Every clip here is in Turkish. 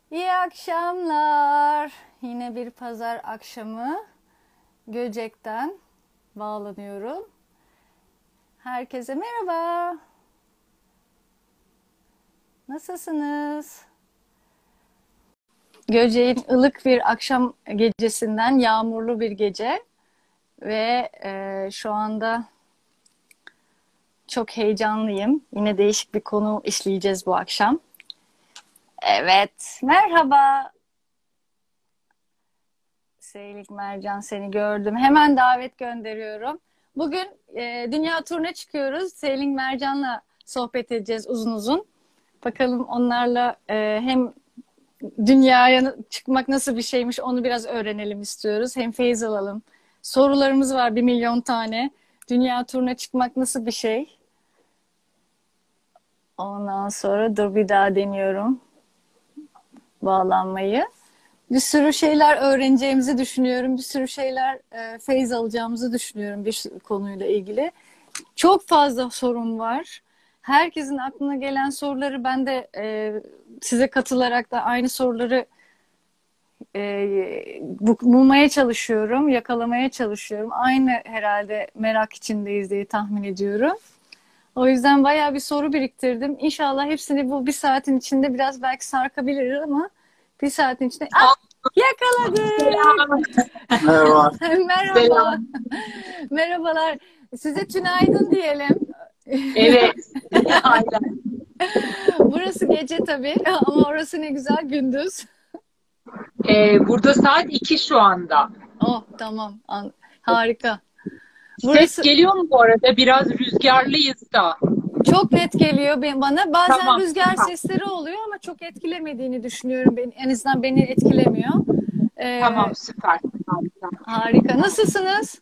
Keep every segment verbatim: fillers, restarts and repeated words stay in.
İyi akşamlar. Yine bir pazar akşamı Göcek'ten bağlanıyorum. Herkese merhaba. Nasılsınız? Göcek'in ılık bir akşam gecesinden yağmurlu bir gece ve e, şu anda çok heyecanlıyım. Yine değişik bir konu işleyeceğiz bu akşam. Evet, merhaba. Seylik Mercan, seni gördüm. Hemen davet gönderiyorum. Bugün e, dünya turuna çıkıyoruz. Seylik Mercan'la sohbet edeceğiz uzun uzun. Bakalım onlarla e, hem dünyaya çıkmak nasıl bir şeymiş onu biraz öğrenelim istiyoruz. Hem feyiz alalım. Sorularımız var bir milyon tane. Dünya turuna çıkmak nasıl bir şey? Ondan sonra dur bir daha deniyorum bağlanmayı. Bir sürü şeyler öğreneceğimizi düşünüyorum. Bir sürü şeyler e, feyz alacağımızı düşünüyorum bir konuyla ilgili. Çok fazla sorun var. Herkesin aklına gelen soruları ben de e, size katılarak da aynı soruları e, bu- bulmaya çalışıyorum, yakalamaya çalışıyorum. Aynı herhalde merak içindeyiz diye tahmin ediyorum. O yüzden bayağı bir soru biriktirdim. İnşallah hepsini bu bir saatin içinde biraz belki sarkabiliriz ama bir saatin içinde... Ah, yakaladık! Selam. Merhaba. Merhaba. Selam. Merhabalar. Size tünaydın diyelim. Evet. Aynen. Burası gece tabii ama orası ne güzel gündüz. Ee, burada saat iki şu anda. Oh tamam. An- Harika. Ses Burası geliyor mu bu arada? Biraz rüzgarlıyız da. çok net geliyor ben- bana. Bazen Tamam, rüzgar süper. sesleri oluyor ama çok etkilemediğini düşünüyorum. Ben, en azından beni etkilemiyor. Ee, Tamam, süper. Harika. harika. Nasılsınız?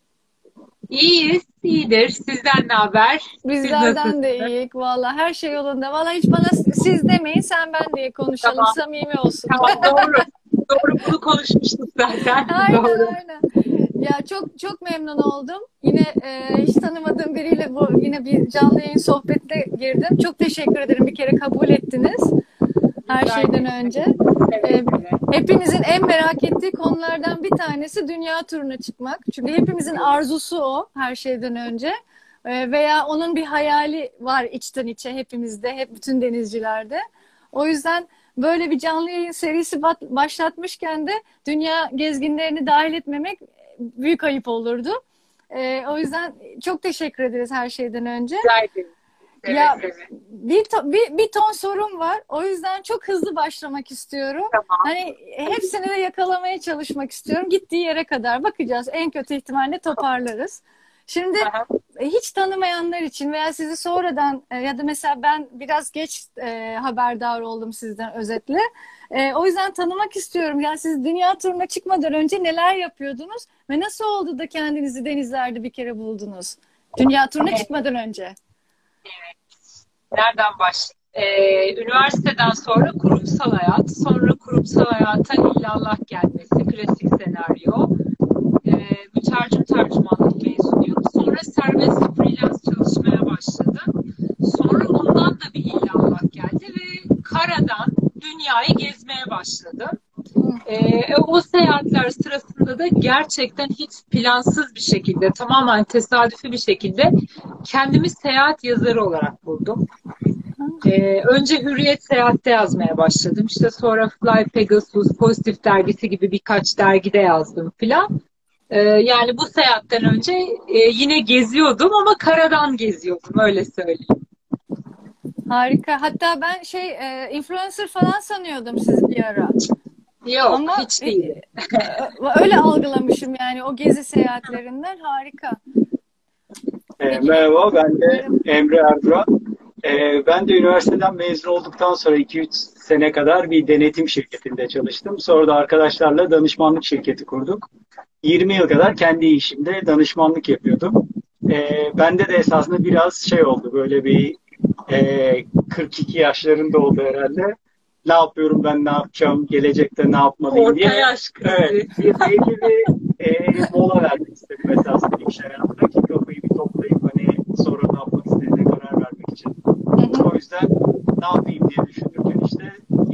İyiyiz, iyidir. Sizden ne haber? Siz Bizlerden de nasılsınız? iyi. Vallahi her şey yolunda. Vallahi hiç bana siz demeyin, sen ben diye konuşalım. Tamam, Samimi olsun. tamam, doğru. Doğru, bunu konuşmuştuk zaten. Aynen Doğru. aynen. Ya çok çok memnun oldum. Yine e, hiç tanımadığım biriyle bu yine bir canlı yayın sohbetine girdim. Çok teşekkür ederim. Bir kere kabul ettiniz. Her Rica şeyden ederim. önce. Evet, E, evet. hepimizin en merak ettiği konulardan bir tanesi dünya turuna çıkmak. Çünkü hepimizin arzusu o her şeyden önce. E, veya onun bir hayali var içten içe hepimizde, hep bütün denizcilerde. O yüzden böyle bir canlı yayın serisi bat- başlatmışken de dünya gezginlerini dahil etmemek büyük ayıp olurdu. E, o yüzden çok teşekkür ederiz her şeyden önce. Rica ederim. Seve Ya seve. bir, to- bir, bir ton sorum var. O yüzden çok hızlı başlamak istiyorum. Tamam. Hani hepsini de yakalamaya çalışmak istiyorum. Gittiği yere kadar bakacağız. En kötü ihtimalle toparlarız. Şimdi Aha. e, hiç tanımayanlar için veya sizi sonradan e, ya da mesela ben biraz geç e, haberdar oldum sizden özetle. E, o yüzden tanımak istiyorum. Yani siz dünya turuna çıkmadan önce neler yapıyordunuz ve nasıl oldu da kendinizi denizlerde bir kere buldunuz? Dünya turuna çıkmadan önce. Nereden başlayayım? Ee, üniversiteden sonra kurumsal hayat, sonra kurumsal hayata illallah gelmesi, klasik senaryo. Ee, mütercim tercümanlık mezunuyum. Sonra serbest freelance çalışmaya başladım. Sonra ondan da bir illallah geldi ve karadan dünyayı gezmeye başladım. Ee, o seyahatler sırasında da gerçekten hiç plansız bir şekilde, tamamen tesadüfi bir şekilde kendimi seyahat yazarı olarak buldum. Ee, önce Hürriyet Seyahat'te yazmaya başladım. İşte sonra Fly Pegasus, Pozitif Dergisi gibi birkaç dergide yazdım filan. Ee, yani bu seyahatten önce e, yine geziyordum ama karadan geziyordum, öyle söyleyeyim. Harika. Hatta ben şey e, influencer falan sanıyordum sizi bir ara. Yok, Ama hiç e, değil. e, öyle algılamışım yani o gezi seyahatlerinden. Harika. E, Peki merhaba, ben de merhaba. Emre Erduran. E, ben de üniversiteden mezun olduktan sonra iki üç sene kadar bir denetim şirketinde çalıştım. Sonra da arkadaşlarla danışmanlık şirketi kurduk. yirmi yıl kadar kendi işimde danışmanlık yapıyordum. E, bende de esasında biraz şey oldu, böyle bir e, kırk iki yaşlarında oldu herhalde. Ne yapıyorum ben, ne yapacağım, gelecekte ne yapmalıyım Orta diye. yaş Evet, krizi. bir, belli bir e, mola vermek istedim esasında iş hayatında ki kafayı bir toplayıp hani sonra ne yapmak istediğine karar vermek için. Hı hı. O yüzden ne yapayım diye düşünürken işte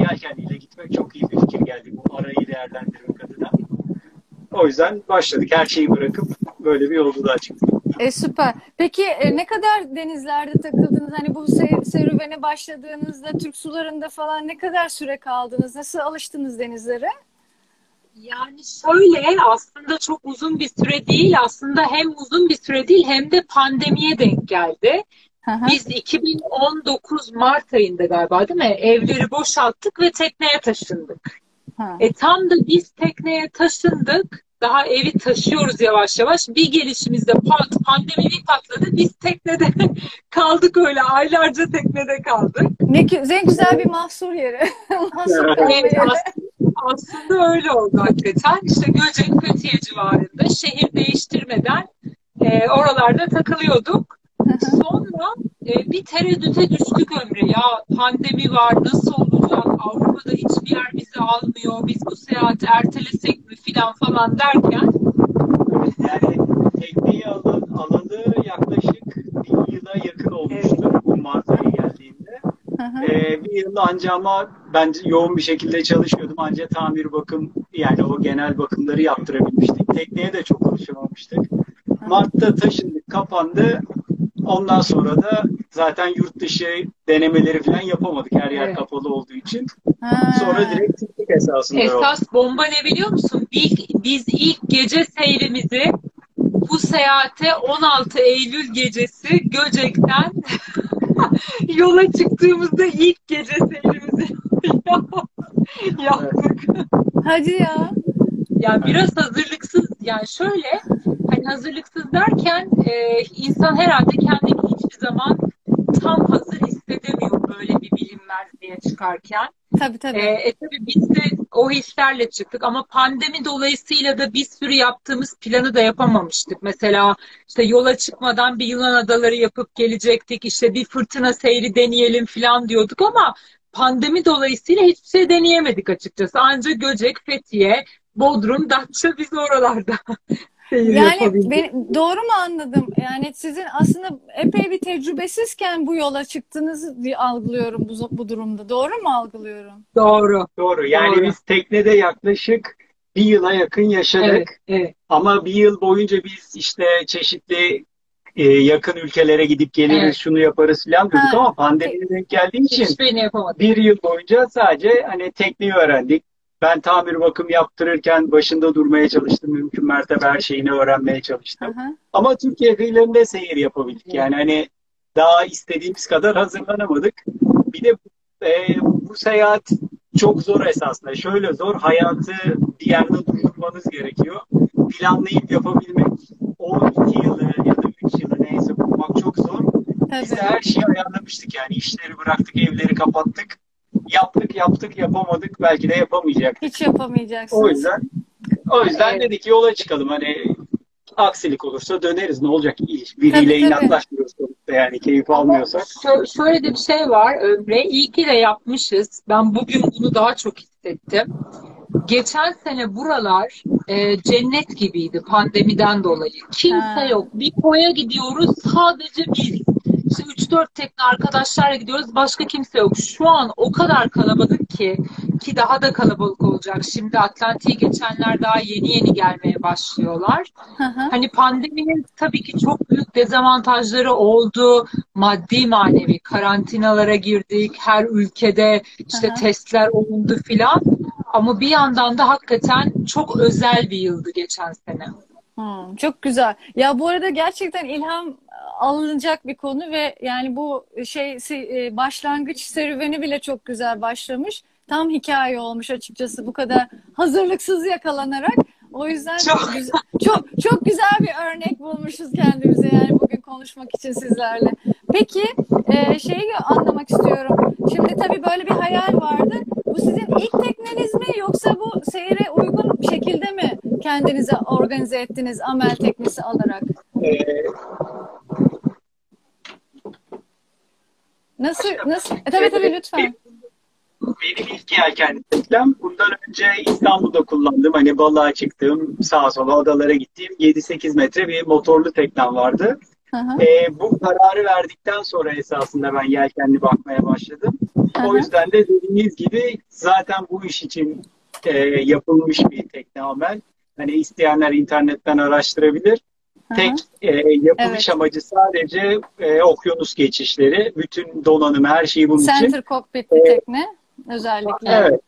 yelkenliyle gitmek çok iyi bir fikir geldi bu arayı değerlendirmek adına. O yüzden başladık. Her şeyi bırakıp böyle bir yolculuğa çıktık. E, süper. Peki e, ne kadar denizlerde takıldınız? Hani bu ser- serüvene başladığınızda Türk sularında falan ne kadar süre kaldınız? Nasıl alıştınız denizlere? Yani şöyle, aslında çok uzun bir süre değil, aslında hem uzun bir süre değil hem de pandemiye denk geldi. Hı hı. Biz iki bin on dokuz Mart ayında galiba, değil mi? Evleri boşalttık ve tekneye taşındık. Hı. E tam da biz tekneye taşındık. Daha evi taşıyoruz yavaş yavaş. Bir gelişimizde pat, pandemi bir patladı. Biz teknede kaldık öyle. Aylarca teknede kaldık. Ne, gü- ne güzel bir mahsur yeri. Mahsur kalma Evet, yeri. aslında, aslında öyle oldu hakikaten. İşte Göcek, Fethiye civarında şehir değiştirmeden e, oralarda takılıyorduk. Sonra e, bir tereddüte düştük Ömre. Ya pandemi var, nasıl olacak? Avrupa'da hiçbir yer bizi almıyor. Biz bu seyahati ertelesek mi filan falan derken Yani tekneyi alın, alalı yaklaşık bir yıla yakın olmuştu bu Mart ayı geldiğinde. Hı hı. Ee, bir yılda anca ama ben yoğun bir şekilde çalışıyordum. Anca tamir bakım yani o genel bakımları yaptırabilmiştik. Tekneye de çok alışamamıştık. Mart'ta taşındık, kapandı. Ondan sonra da zaten yurt dışı denemeleri falan yapamadık her yer Evet. kapalı olduğu için. Ha. Sonra direkt çıktık esasında. esas bomba ne biliyor musun? İlk, biz ilk gece seyrimizi bu seyahate on altı Eylül gecesi Göcek'ten yola çıktığımızda ilk gece seyrimizi yaptık. Hadi ya. Yani biraz hazırlıksız, yani şöyle, hani hazırlıksız derken e, insan herhalde kendini hiçbir zaman tam hazır hissedemiyor böyle bir bilinmezliğe çıkarken. Tabii tabii. E, e tabii biz de o hislerle çıktık ama pandemi dolayısıyla da bir sürü yaptığımız planı da yapamamıştık. Mesela işte yola çıkmadan bir Yunan adaları yapıp gelecektik, işte bir fırtına seyri deneyelim falan diyorduk ama pandemi dolayısıyla hiçbir şey deneyemedik açıkçası. Ancak Göcek, Fethiye, Bodrum, Datça, biz oralarda seyir Yani yapabildik. ben, doğru mu anladım? Yani sizin aslında epey bir tecrübesizken bu yola çıktığınızı bir algılıyorum bu, bu durumda. Doğru mu algılıyorum? Doğru. Doğru. Yani Doğru. biz teknede yaklaşık bir yıla yakın yaşadık. Evet, evet, Ama bir yıl boyunca biz işte çeşitli e, yakın ülkelere gidip geliriz, evet. şunu yaparız falan diyorduk Ha, ama pe- pandemiye denk geldiği için Hiçbirini yapamadık. bir yıl boyunca sadece hani tekniği öğrendik. Ben tamir bakım yaptırırken başında durmaya çalıştım. Mümkün mertebe her şeyini öğrenmeye hı çalıştım. hı. Ama Türkiye kıyılarında seyir yapabildik. Yani hani daha istediğimiz kadar hazırlanamadık. Bir de e, bu seyahat çok zor esasında. Şöyle zor, hayatı bir yerde durdurmanız gerekiyor. Planlayıp yapabilmek o iki yılı ya da üç yılı neyse bulmak çok zor. Biz de Tabii. her şeyi ayarlamıştık yani. İşleri bıraktık, evleri kapattık. Yaptık, yaptık, yapamadık. Belki de yapamayacaktık. Hiç O yapamayacaksınız. yüzden o yüzden Evet. dedik yola çıkalım. Hani aksilik olursa döneriz. Ne olacak? Tabii Biriyle tabii. inatlaşmıyoruz sonuçta yani keyif Ama almıyorsak. şö- şöyle de bir şey var Ömre. İyi ki de yapmışız. Ben bugün bunu daha çok hissettim. Geçen sene buralar e, cennet gibiydi pandemiden dolayı. Kimse Ha. yok. Bir koya gidiyoruz, sadece biz. İşte üç dört tekne arkadaşlarla gidiyoruz, başka kimse yok. Şu an o kadar kalabalık ki ki daha da kalabalık olacak. Şimdi Atlantik'i geçenler daha yeni yeni gelmeye başlıyorlar. Hı hı. Hani pandeminin tabii ki çok büyük dezavantajları oldu. Maddi manevi karantinalara girdik. Her ülkede Hı işte hı. testler olundu filan. Ama bir yandan da hakikaten çok özel bir yıldı geçen sene. Hmm, çok güzel. Ya bu arada gerçekten ilham alınacak bir konu ve yani bu şey se- e, başlangıç serüveni bile çok güzel başlamış. Tam hikaye olmuş açıkçası bu kadar hazırlıksız yakalanarak. O yüzden Çok. güzel, çok çok güzel bir örnek bulmuşuz kendimize yani bugün konuşmak için sizlerle. Peki e, şeyi anlamak istiyorum. Şimdi tabii böyle bir hayal vardı. Bu sizin ilk tekneniz mi yoksa bu seyre uygun bir şekilde mi kendinize organize ettiniz amel teknesi alarak? Ee, Nasıl nasıl? E, tabii tabii lütfen. Benim ilk yelkenli teknem. Bundan önce İstanbul'da kullandım. Hani balığa çıktığım, sağa sola adalara gittiğim yedi sekiz metre bir motorlu teknem vardı. Hı hı. E, bu kararı verdikten sonra esasında ben yelkenli bakmaya başladım. Hı O hı. yüzden de dediğiniz gibi zaten bu iş için e, yapılmış bir tekne amel. Hani isteyenler internetten araştırabilir. Hı Tek hı. e, yapılış Evet. amacı sadece e, okyanus geçişleri. Bütün donanımı, her şeyi bunun için. Center E, cockpit'li tekne özellikle. evet.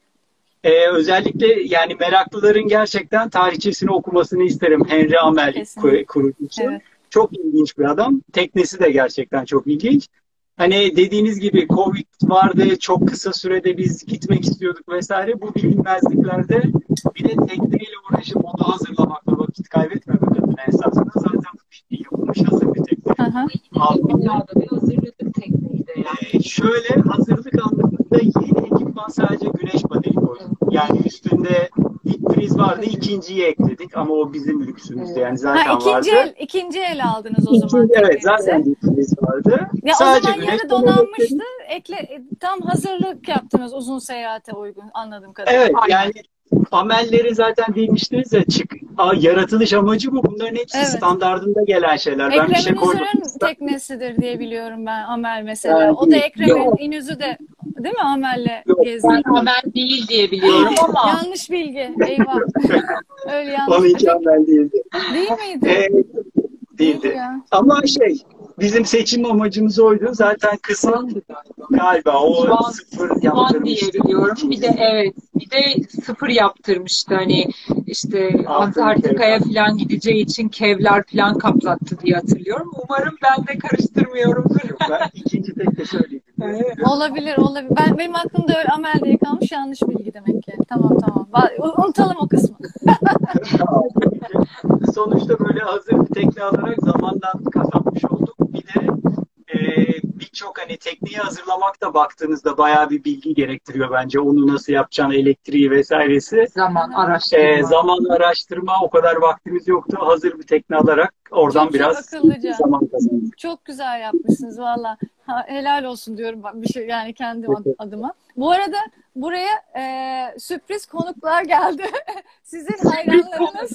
E, özellikle yani meraklıların gerçekten tarihçesini okumasını isterim. Henry Amel Kesinlikle. kurucusu. Evet. Çok ilginç bir adam. Teknesi de gerçekten çok ilginç. Hani dediğiniz gibi Covid vardı, çok kısa sürede biz gitmek istiyorduk vesaire. Bu bilinmezliklerde bir de tekneyle uğraşıp onu hazırlamakla vakit kaybetmemek adına esasında zaten bu işte yapılmış hazır bir tekne. Hı hı. Altında Bayağı da bir hazırladık tekneyi de e, yani. şöyle hazırlık anlamında yeni ekipman sadece güneş paneli koyduk. Yani üstünde ilk priz vardı, ikinciyi ekledik ama o bizim lüksümüzdü yani Ha, zaten ikinci vardı. el, ikinci el aldınız o zaman İkinci, evet zaten teknenizi. bir priz vardı. Ya o Sadece zaman güneş yarı paneli donanmıştı. ekledik. Ekle, e, tam hazırlık yaptınız uzun seyahate uygun anladığım Evet kadarıyla. yani amelleri zaten demiştiniz ya çık, a, yaratılış amacı bu. Bunların hepsi Evet. standardında gelen şeyler. Ben bir Ekrem şey koymadım. İnözür'ün teknesidir diye biliyorum ben Amel mesela. Yani O da değil. Ekrem Yok, İnözü de değil mi Amel'le yok, Ben gezdi? değil. Amel değil diye biliyorum ama Yanlış bilgi. Eyvah. Öyle yanlış. E, Onunki peki amel değildi. değil miydi? Ee, Neydi değildi. ya? Ama şey bizim seçim amacımız oydu. Zaten kısım galiba o Swan, sıfır Swan diye yaptırmıştı. biliyorum. Bir de İkincisi evet, bir de sıfır yaptırmıştı. Hani işte altın Antarktika'ya kevlar. falan gideceği için kevlar falan kaplattı diye hatırlıyorum. Umarım ben de karıştırmıyorumdur. Yok ben ikinci tek de söyleyeyim diye Evet. biliyorum. Olabilir, olabilir. Ben benim aklımda öyle Amel diye kalmış yanlış bilgi demek ki. Tamam tamam. Va- Unutalım o kısmı. Tamam. Sonuçta böyle hazır bir tekne alarak zamandan kazanmış olduk. Bir de e, birçok hani tekneyi hazırlamak da baktığınızda bayağı bir bilgi gerektiriyor bence. Onu nasıl yapacağını, elektriği vesairesi. Zaman Aha. E, araştırma. zaman araştırma o kadar vaktimiz yoktu. Hazır bir tekne alarak oradan Çok çok biraz akıllıca. zaman kazandık. Çok güzel yapmışsınız valla. Ha, helal olsun diyorum bak bir şey yani kendi ad- adıma. Bu arada buraya e, sürpriz konuklar geldi. Sizin hayranlarınız.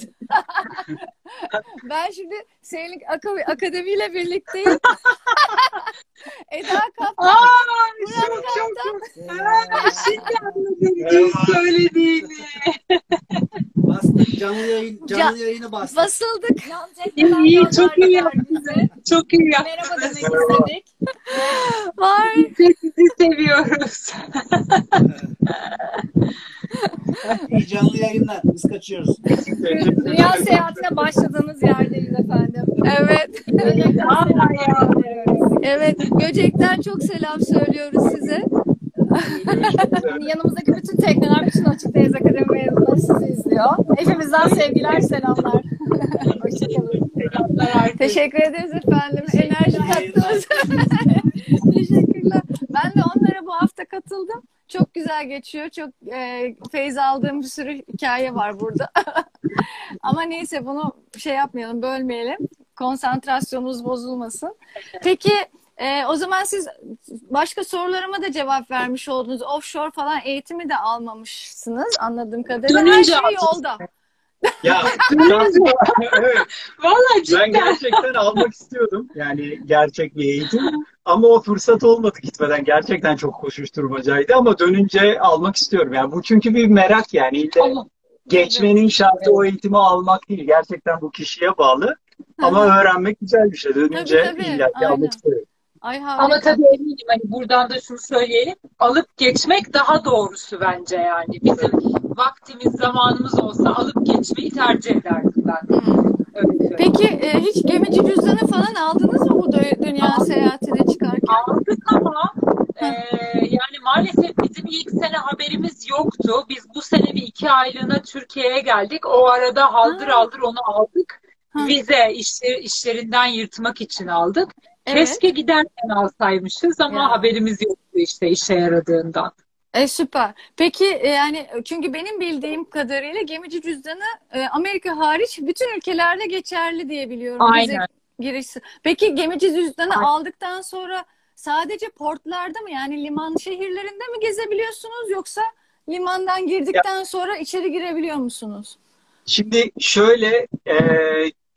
Ben şimdi Sailing Ak- Akademi ile birlikteyim. Eda Kaptan, Aa, Murat çok çok Kaptan. Aa, şimdi anladım ne söylediğini. Bastık canlı yayın, Ca- canlı yayını bastık. basıldık. Yan İyi, tekneden iyi, çok iyi gönderdiler yaptınız. bizi. Çok iyi Merhaba yaptınız. demek Merhaba. istedik. Vay. Biz de sizi seviyoruz. İyi canlı yayınlar. Biz kaçıyoruz. Dünya seyahatine başladığınız yerdeyiz efendim. Evet. Göcekten Aa, selamlar ya. gönderiyoruz. Evet. Göcek'ten çok selam söylüyoruz size. Görüşmek üzere. Yanımızdaki bütün tekneler, bütün Açık Deniz Akademi mezunları sizi izliyor. Hepimizden sevgiler, selamlar. Hoşçakalın. Selamlar herkese. Teşekkür ederiz efendim. Enerji İyi yayınlar. kattınız. Teşekkürler. Ben de onlara bu hafta katıldım. Çok güzel geçiyor. Çok e, feyz aldığım bir sürü hikaye var burada. Ama neyse bunu şey yapmayalım, bölmeyelim. Konsantrasyonumuz bozulmasın. Peki e, o zaman siz başka sorularıma da cevap vermiş oldunuz. Offshore falan eğitimi de almamışsınız anladığım kadarıyla. Her Dönünce şey aldım. yolda. Ya ben, evet, Valla ben cidden. gerçekten almak istiyordum. Yani gerçek bir eğitim. Ama o fırsat olmadı gitmeden. Gerçekten çok koşuşturmacaydı ama dönünce almak istiyorum. Yani bu çünkü bir merak yani. İlle Allah. geçmenin şartı o eğitimi almak değil. Gerçekten bu kişiye bağlı. Ama öğrenmek güzel bir şey. Dönünce Tabii, tabii. illa ki Aynen. almak istiyorum. Ay Ama harika. tabii eminim hani buradan da şunu söyleyelim. Alıp geçmek daha doğrusu bence yani. Bizim vaktimiz, zamanımız olsa alıp geçmeyi tercih ederdim ben. Hmm. Öyle söyleyeyim. Peki e, hiç gemici cüzdanı falan aldınız mı bu dü- dünya seyahatine çıkarken? Aldık ama e, yani maalesef bizim ilk sene haberimiz yoktu. Biz bu sene bir iki aylığına Türkiye'ye geldik. O arada haldır Ha. haldır onu aldık. Ha. Vize işler, işlerinden yırtmak için aldık. Evet. Keşke giderken alsaymışız ama Ya. haberimiz yoktu işte işe yaradığından. E, süper. Peki e, yani çünkü benim bildiğim kadarıyla gemici cüzdanı e, Amerika hariç bütün ülkelerde geçerli diye biliyorum. Vize Aynen. girişi. Peki gemici cüzdanı Aynen. aldıktan sonra sadece portlarda mı yani liman şehirlerinde mi gezebiliyorsunuz yoksa limandan Ya, girdikten sonra içeri girebiliyor musunuz? şimdi şöyle e,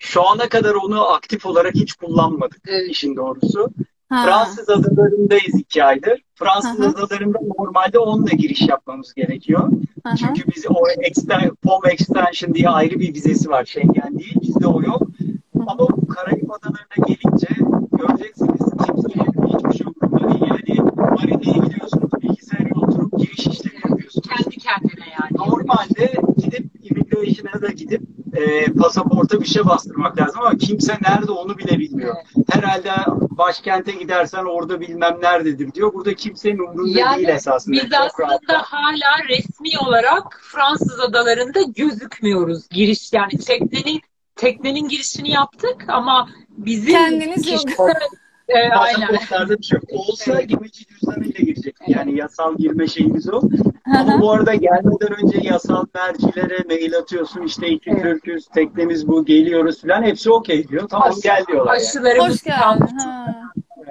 şu ana kadar onu aktif olarak hiç kullanmadık, Evet. işin doğrusu. Ha. Fransız adalarındayız iki aydır. Fransız Hı hı. adalarında normalde onunla giriş yapmamız gerekiyor. Hı hı. Çünkü biz o exten- P O M Extension diye ayrı bir vizesi var, Schengen değil. Bizde o yok. Ama bu Karayip adalarına gelince göreceksiniz, kimsenin hiçbir şey umurunda değil. Yani marineye gidiyorsunuz, bilgisayara oturup giriş işlemi yapıyorsunuz. Kendi kendine yani. Normalde gidip immigration'a da gidip e, pasaporta bir şey bastırmak lazım ama kimse nerede onu bile bilmiyor. Herhalde başkente gidersen orada bilmem nerededir diyor. Burada kimsenin umurunda Yani değil esasında. biz Çok aslında rahatlar. hala resmi olarak Fransız adalarında gözükmüyoruz. Giriş yani teknenin teknenin girişini yaptık ama bizim Kendiniz yok. kişisel e, aynen. Pasaportlarda bir şey yok. Olsa Evet. gemici cüzdanıyla girecek. Evet. Yani yasal girme şeyimiz o. Hı Ama hı. bu arada gelmeden önce yasal mercilere mail atıyorsun. İşte iki Evet. Türk'üz, teknemiz bu, geliyoruz falan. Hepsi okey diyor. Tamam Aşı- gel diyorlar yani. Aşılarımız Hoş tam. geldin. Ha.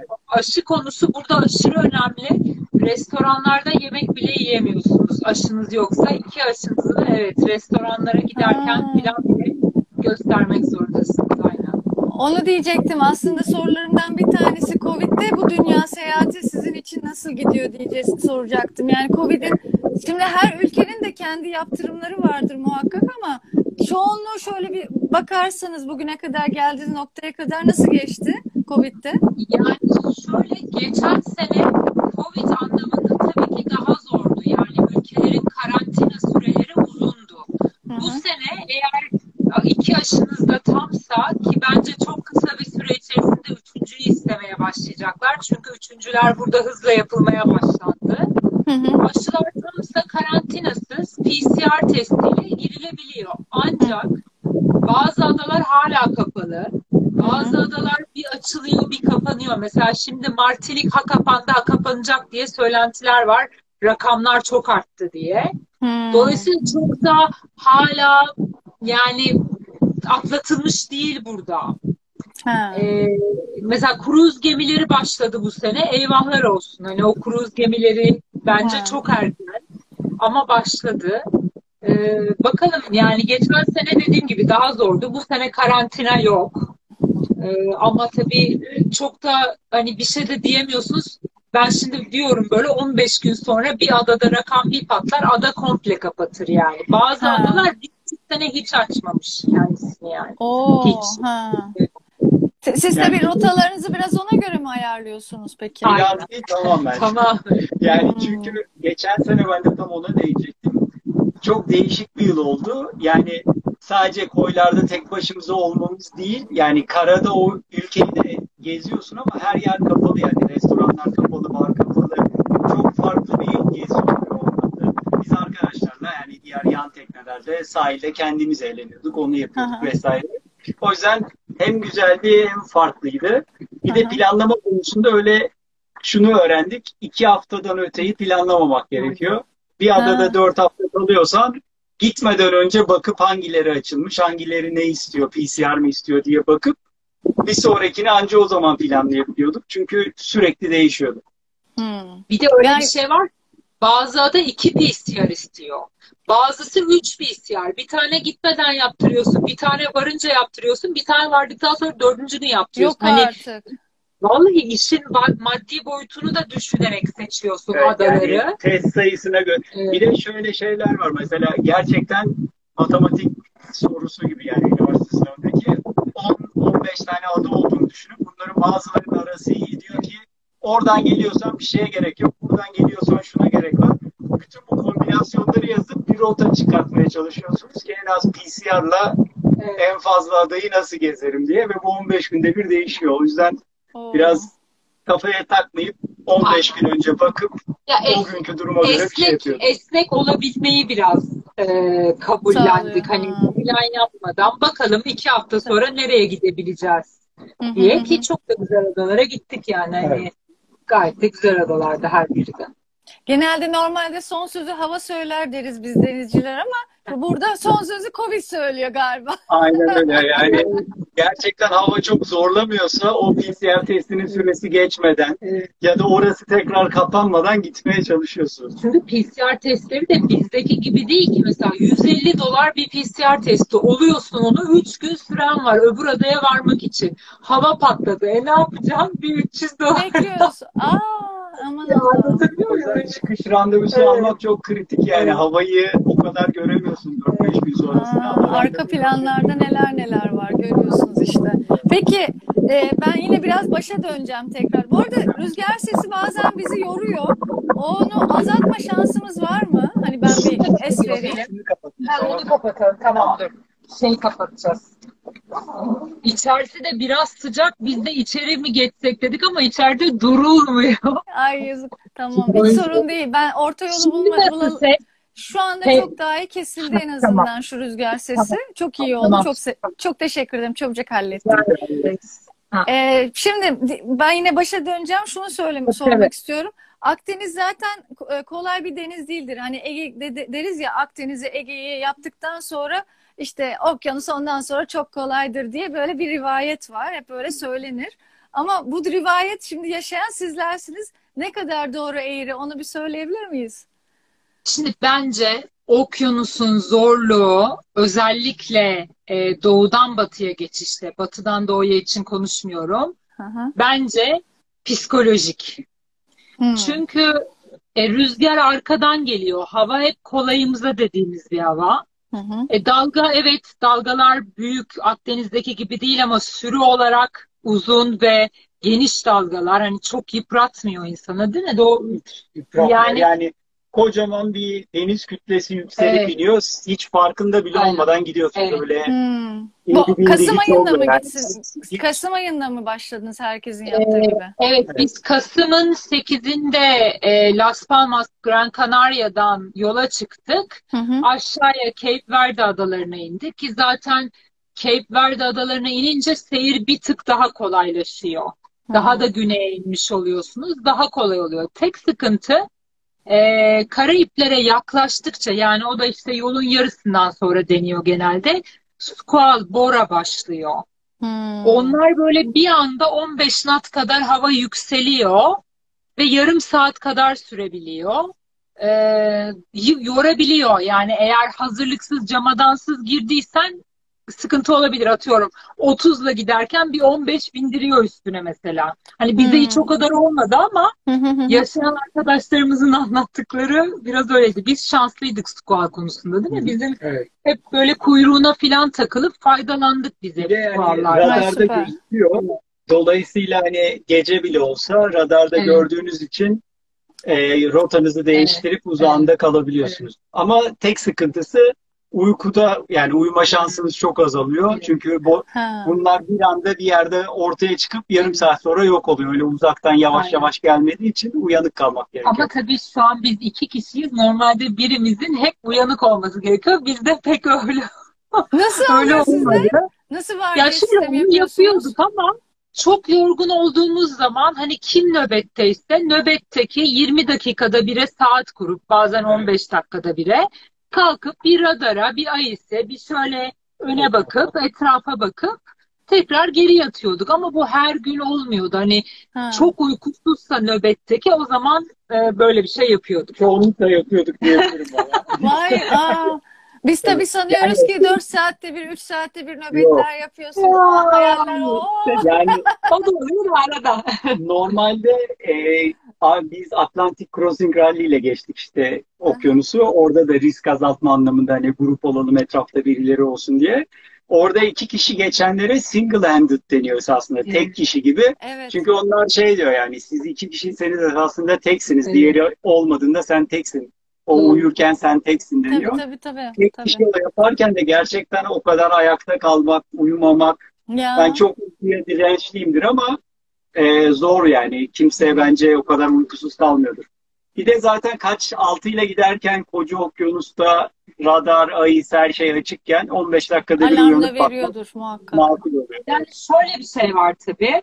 Aşı konusu burada aşırı önemli. Restoranlarda yemek bile yiyemiyorsunuz. Aşınız yoksa iki aşınızı evet restoranlara giderken Ha. filan bile göstermek zorundasınız. Aynen. Onu diyecektim. Aslında sorularımdan bir tanesi Covid'de bu dünya seyahati sizin için nasıl gidiyor diye soracaktım. Yani Covid'in şimdi her ülkenin de kendi yaptırımları vardır muhakkak ama çoğunluğu şöyle bir bakarsanız bugüne kadar geldiğiniz noktaya kadar nasıl geçti Covid'de? Yani şöyle geçen sene Covid anlamında tabii ki daha zordu. Yani ülkelerin karantina süreleri uzundu. Hı Bu hı. sene eğer iki aşınız da tamsa ki bence çok kısa bir süre içerisinde üçüncüyü istemeye başlayacaklar. Çünkü üçüncüler burada hızla yapılmaya başlandı. Hı hı. Aşılar tamsa karantinasız P C R testiyle girilebiliyor. Ancak bazı adalar hala kapalı. Bazı adalar bir açılıyor bir kapanıyor. Mesela şimdi Martinik ha kapandı ha kapanacak diye söylentiler var. Rakamlar çok arttı diye. Hmm. Dolayısıyla çok da hala yani atlatılmış değil burada. Ha. Ee, mesela kruz gemileri başladı bu sene. Eyvahlar olsun. Hani o kruz gemileri bence Ha. çok erken ama başladı. Ee, bakalım yani geçen sene dediğim gibi daha zordu. Bu sene karantina yok. Ee, ama tabii çok da hani bir şey de diyemiyorsunuz. Ben şimdi diyorum böyle on beş gün sonra bir adada rakam bir patlar, ada komple kapatır yani. Bazı Ha. adalar bir sene hiç açmamış kendisini yani. Oo. Hiç. Ha. Siz Yani- tabii rotalarınızı biraz ona göre mi ayarlıyorsunuz peki? Aynen. Biraz değil tamamen. Tamam. Yani çünkü geçen sene ben de tam ona değinecektim. Çok değişik bir yıl oldu. Yani sadece koylarda tek başımıza olmamız değil. Yani karada o ülkeyi de geziyorsun ama her yer kapalı yani. Restoranlar kapalı, bar kapalı. Çok farklı bir gezi olmadı. Biz arkadaşlarla yani diğer yan teknelerde sahilde kendimiz eğleniyorduk. Onu yapıyorduk Aha. vesaire. O yüzden hem güzeldi hem farklıydı. Bir de Aha. planlama konusunda öyle şunu öğrendik. İki haftadan öteyi planlamamak gerekiyor. Bir adada Ha. dört hafta kalıyorsan gitmeden önce bakıp hangileri açılmış, hangileri ne istiyor, P C R mi istiyor diye bakıp bir sonrakini anca o zaman planlayabiliyorduk. Çünkü sürekli değişiyordu. Hmm. Bir de öyle Yani- bir şey var. Bazı ada iki P C R istiyor. Bazısı üç P C R. Bir tane gitmeden yaptırıyorsun. Bir tane varınca yaptırıyorsun. Bir tane vardıktan sonra dördüncünü yaptırıyorsun. Yok Hani artık. vallahi işin va- maddi boyutunu da düşünerek seçiyorsun Evet, adaları. yani test sayısına göre. Evet. Bir de şöyle şeyler var. Mesela gerçekten matematik sorusu gibi yani üniversite sınavındaki on on beş tane ada olduğunu düşünün. Bunların bazılarının arası iyi diyor ki oradan geliyorsan bir şeye gerek yok. Buradan geliyorsan şuna gerek var. Bütün bu kombinasyonları yazıp bir rota çıkartmaya çalışıyorsunuz ki en az P C R'la Evet. en fazla adayı nasıl gezerim diye ve bu on beş günde bir değişiyor. O yüzden Oo. biraz kafaya takmayıp on beş gün önce bakıp Ya o es- günkü duruma göre bir şey esnek, yapıyordum. esnek olabilmeyi biraz e, kabullendik. Sağlıyor, Hani ha. plan yapmadan bakalım iki hafta sonra nereye gidebileceğiz Hı hı diye hı. ki çok da güzel adalara gittik yani. Hani Evet. gayet de güzel adalarda her biri de. Genelde normalde son sözü hava söyler deriz biz denizciler ama burada son sözü Covid söylüyor galiba. Aynen öyle yani. gerçekten hava çok zorlamıyorsa o P C R testinin süresi geçmeden Evet. ya da orası tekrar kapanmadan gitmeye çalışıyorsunuz. Çünkü P C R testleri de bizdeki gibi değil ki. Mesela yüz elli dolar bir P C R testi oluyorsun, onu üç gün süren var öbür adaya varmak için. Hava patladı. E ne yapacağım? Bir üç yüz dolar. Bekliyoruz. Aa, aman Ya, Allah'ım. anlatabiliyor O yüzden muyum? çıkış randevusu Evet. almak çok kritik yani. Evet. Havayı o kadar göremiyorsun dört beş gün sonrasında Aa, ama arka randevu planlarda neler neler var görüyorsunuz işte. Peki e, ben yine biraz başa döneceğim tekrar. Bu arada rüzgar sesi bazen bizi yoruyor. Onu azaltma şansımız var mı? Hani ben bir es vereyim. sesini kapatın. Ha, onu kapatalım. Tamam, dur. Şey kapatacağız. İçerisi de biraz sıcak. Biz de içeri mi geçsek dedik ama içeride durulmuyor. Ay yazık. Tamam, hiç sorun değil. Ben orta yolu Şimdi bulma, nasıl bulalım. ses? Şu anda Hey. çok daha iyi kesildi en Tamam. azından şu rüzgar sesi. Çok iyi oldu. Tamam. Çok se- çok teşekkür ederim. Çabucak hallettim. Ha. Ee, şimdi ben yine başa döneceğim. Şunu söyleyeyim, sormak Evet. istiyorum. Akdeniz zaten e, kolay bir deniz değildir. Hani Ege de- de- deriz ya, Akdeniz'i, Ege'yi yaptıktan sonra işte okyanus ondan sonra çok kolaydır diye böyle bir rivayet var. Hep böyle söylenir. Ama bu rivayet şimdi yaşayan sizlersiniz. Ne kadar doğru eğri onu bir söyleyebilir miyiz? Şimdi bence okyanusun zorluğu özellikle e, doğudan batıya geçişte, batıdan doğuya için konuşmuyorum. Hı hı. Bence psikolojik. Hmm. Çünkü e, rüzgar arkadan geliyor. Hava hep kolayımıza dediğimiz bir hava. Hı hı. E, dalga, evet, dalgalar büyük, Akdeniz'deki gibi değil ama sürü olarak uzun ve geniş dalgalar. Hani çok yıpratmıyor insanı, değil mi? Doğu, Yani, yani yani kocaman bir deniz kütlesi yükselip evet, iniyor. Hiç farkında bile aynen. olmadan gidiyorsun Evet. böyle. Hmm. İndi Bu bindi Kasım hiç ayında mı olmuyor yani. gitsin? Hiç, Kasım ayında mı başladınız herkesin Ee, yaptığı gibi? Evet, evet. biz Kasım'ın sekizinde e, Las Palmas, Gran Canaria'dan yola çıktık. Hı hı. Aşağıya Cape Verde adalarına indik ki zaten Cape Verde adalarına inince seyir bir tık daha kolaylaşıyor. Daha Hı. da güneye inmiş oluyorsunuz. Daha kolay oluyor. Tek sıkıntı e, Karayiplere yaklaştıkça, yani o da işte yolun yarısından sonra deniyor genelde. Squall, bora başlıyor. Hmm. Onlar böyle bir anda on beş knot kadar hava yükseliyor ve yarım saat kadar sürebiliyor. Ee, y- yorabiliyor. Yani eğer hazırlıksız, camadansız girdiysen sıkıntı olabilir. Atıyorum otuzla giderken bir on beş bindiriyor üstüne mesela. Hani bize hiç o Hmm. kadar olmadı ama Hı hı hı hı. yaşayan arkadaşlarımızın anlattıkları biraz öyleydi. Biz şanslıydık squall konusunda, değil mi? Bizim Evet. hep böyle kuyruğuna falan takılıp faydalandık biz Bir hep de yani squall'lardan. Ay radarda süper. gözüküyor. Dolayısıyla hani gece bile olsa radarda Evet, gördüğünüz için e, rotanızı evet, değiştirip evet, uzağında evet. kalabiliyorsunuz. Ama tek sıkıntısı uykuda, yani uyuma şansınız çok azalıyor. Evet, Çünkü bu, Ha. bunlar bir anda bir yerde ortaya çıkıp yarım evet. saat sonra yok oluyor. Öyle uzaktan yavaş Aynen. yavaş gelmediği için uyanık kalmak Ama gerekiyor. tabii şu an biz iki kişiyiz. Normalde birimizin hep uyanık olması gerekiyor. Bizde pek öyle Nasıl öyle oluyor sizde? olmadı. Nasıl Ya vardiya şöyle sistemi onu yapıyorsunuz? yapıyorduk ama çok yorgun olduğumuz zaman hani kim nöbetteyse nöbetteki yirmi dakikada bire saat kurup bazen on beş dakikada bire kalkıp bir radara, bir AIS'e, bir şöyle öne bakıp etrafa bakıp tekrar geri yatıyorduk. Ama bu her gün olmuyordu. Hani Ha. çok uykusuzsa nöbetteki o zaman e, böyle bir şey yapıyorduk. Çoğunlukla yapıyorduk diyebilirim bana. Vay, aa. Biz tabii Evet. sanıyoruz ki dört saatte bir, üç saatte bir Yok. nöbetler yapıyorsunuz. Aa, hayaller o. Yani O da oluyor arada. normalde e, a- biz Atlantic Crossing Rally ile geçtik işte Aha. okyanusu. Orada da risk azaltma anlamında hani grup olalım etrafta birileri olsun diye. Orada iki kişi geçenlere single-handed deniyor esasında. Tek Evet, kişi gibi. Evet. Çünkü onlar şey diyor yani siz iki kişiyseniz aslında teksiniz. evet, Diğeri olmadığında sen teksin. O doğru. uyurken sen teksin Tabii deniyor. tabii tabii. Tek Tabii. kişi o yaparken de gerçekten o kadar ayakta kalmak, uyumamak. Ben Ya. çok uykuya dirençliyimdir ama e, zor yani. Kimse bence o kadar uykusuz kalmıyordur. Bir de zaten kaç altı ile giderken koca okyanusta radar, AIS her şey açıkken on beş dakikada bir Alarm da uyanıp bakmak veriyordur muhakkak. makul oluyor. Yani şöyle bir şey var tabii.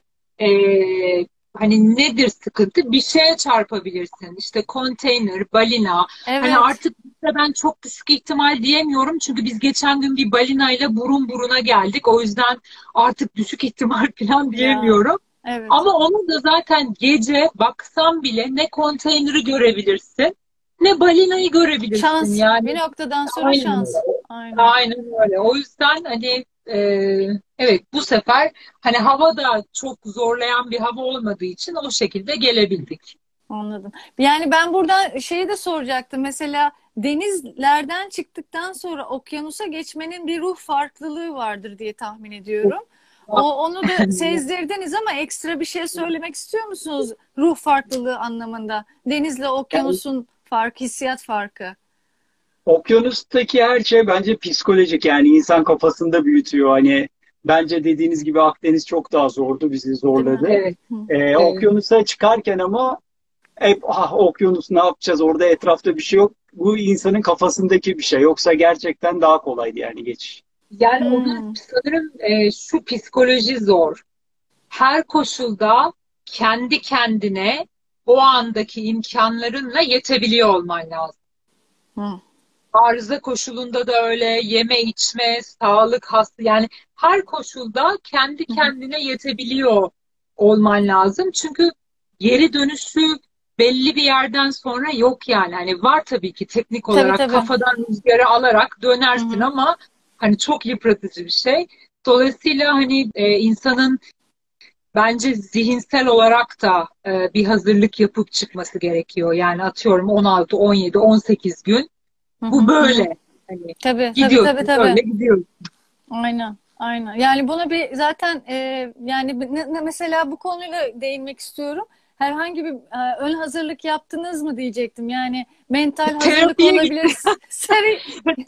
Ee, hani nedir sıkıntı? Bir şeye çarpabilirsin. İşte konteyner, balina. Hani Evet. artık Okyanus'ta ben çok düşük ihtimal diyemiyorum. Çünkü biz geçen gün bir balinayla burun buruna geldik. O yüzden artık düşük ihtimal falan diyemiyorum. Evet. Ama onu da zaten gece baksan bile ne konteyneri görebilirsin, ne balinayı görebilirsin. Şans. Yani Bir noktadan sonra aynen şans. öyle. Aynen. Aynen öyle. O yüzden hani e, evet, bu sefer hani hava da çok zorlayan bir hava olmadığı için o şekilde gelebildik. Anladım. Yani ben buradan şeyi de soracaktım. Mesela denizlerden çıktıktan sonra okyanusa geçmenin bir ruh farklılığı vardır diye tahmin ediyorum. O onu da sezdirdiniz ama ekstra bir şey söylemek istiyor musunuz ruh farklılığı anlamında? Denizle okyanusun farkı, hissiyat farkı. Okyanustaki her şey bence psikolojik, yani insan kafasında büyütüyor. Hani bence dediğiniz gibi Akdeniz çok daha zordu, bizi Değil mi? zorladı. Evet, Hı. Ee, evet. okyanusa çıkarken ama hep ah okyanus ne yapacağız, orada etrafta bir şey yok. Bu insanın kafasındaki bir şey. Yoksa gerçekten daha kolaydı yani geçiş. Yani onun Hmm. sanırım e, şu psikoloji zor. Her koşulda kendi kendine o andaki imkanlarınla yetebiliyor olman lazım. Hı. Arıza koşulunda da öyle, yeme içme, sağlık, hasta, yani her koşulda kendi Hı hı. kendine yetebiliyor olman lazım. Çünkü geri dönüşü belli bir yerden sonra yok yani. Hani var tabii ki teknik Tabii olarak tabii. kafadan rüzgarı alarak Hı dönersin hı. ama hani çok yıpratıcı bir şey. Dolayısıyla hani e, insanın bence zihinsel olarak da e, bir hazırlık yapıp çıkması gerekiyor. Yani atıyorum on altı, on yedi, on sekiz gün. Hı hı. Bu Hı hı. böyle. Hani Tabii tabii tabii gidiyorsun, tabii. öyle gidiyorsun. Aynen, aynen. Yani buna bir zaten e, yani bir- ne, ne- mesela bu konuyla değinmek istiyorum. Herhangi bir e, ön hazırlık yaptınız mı diyecektim. Yani mental hazırlık Terapiye olabilir. gittim. Seri.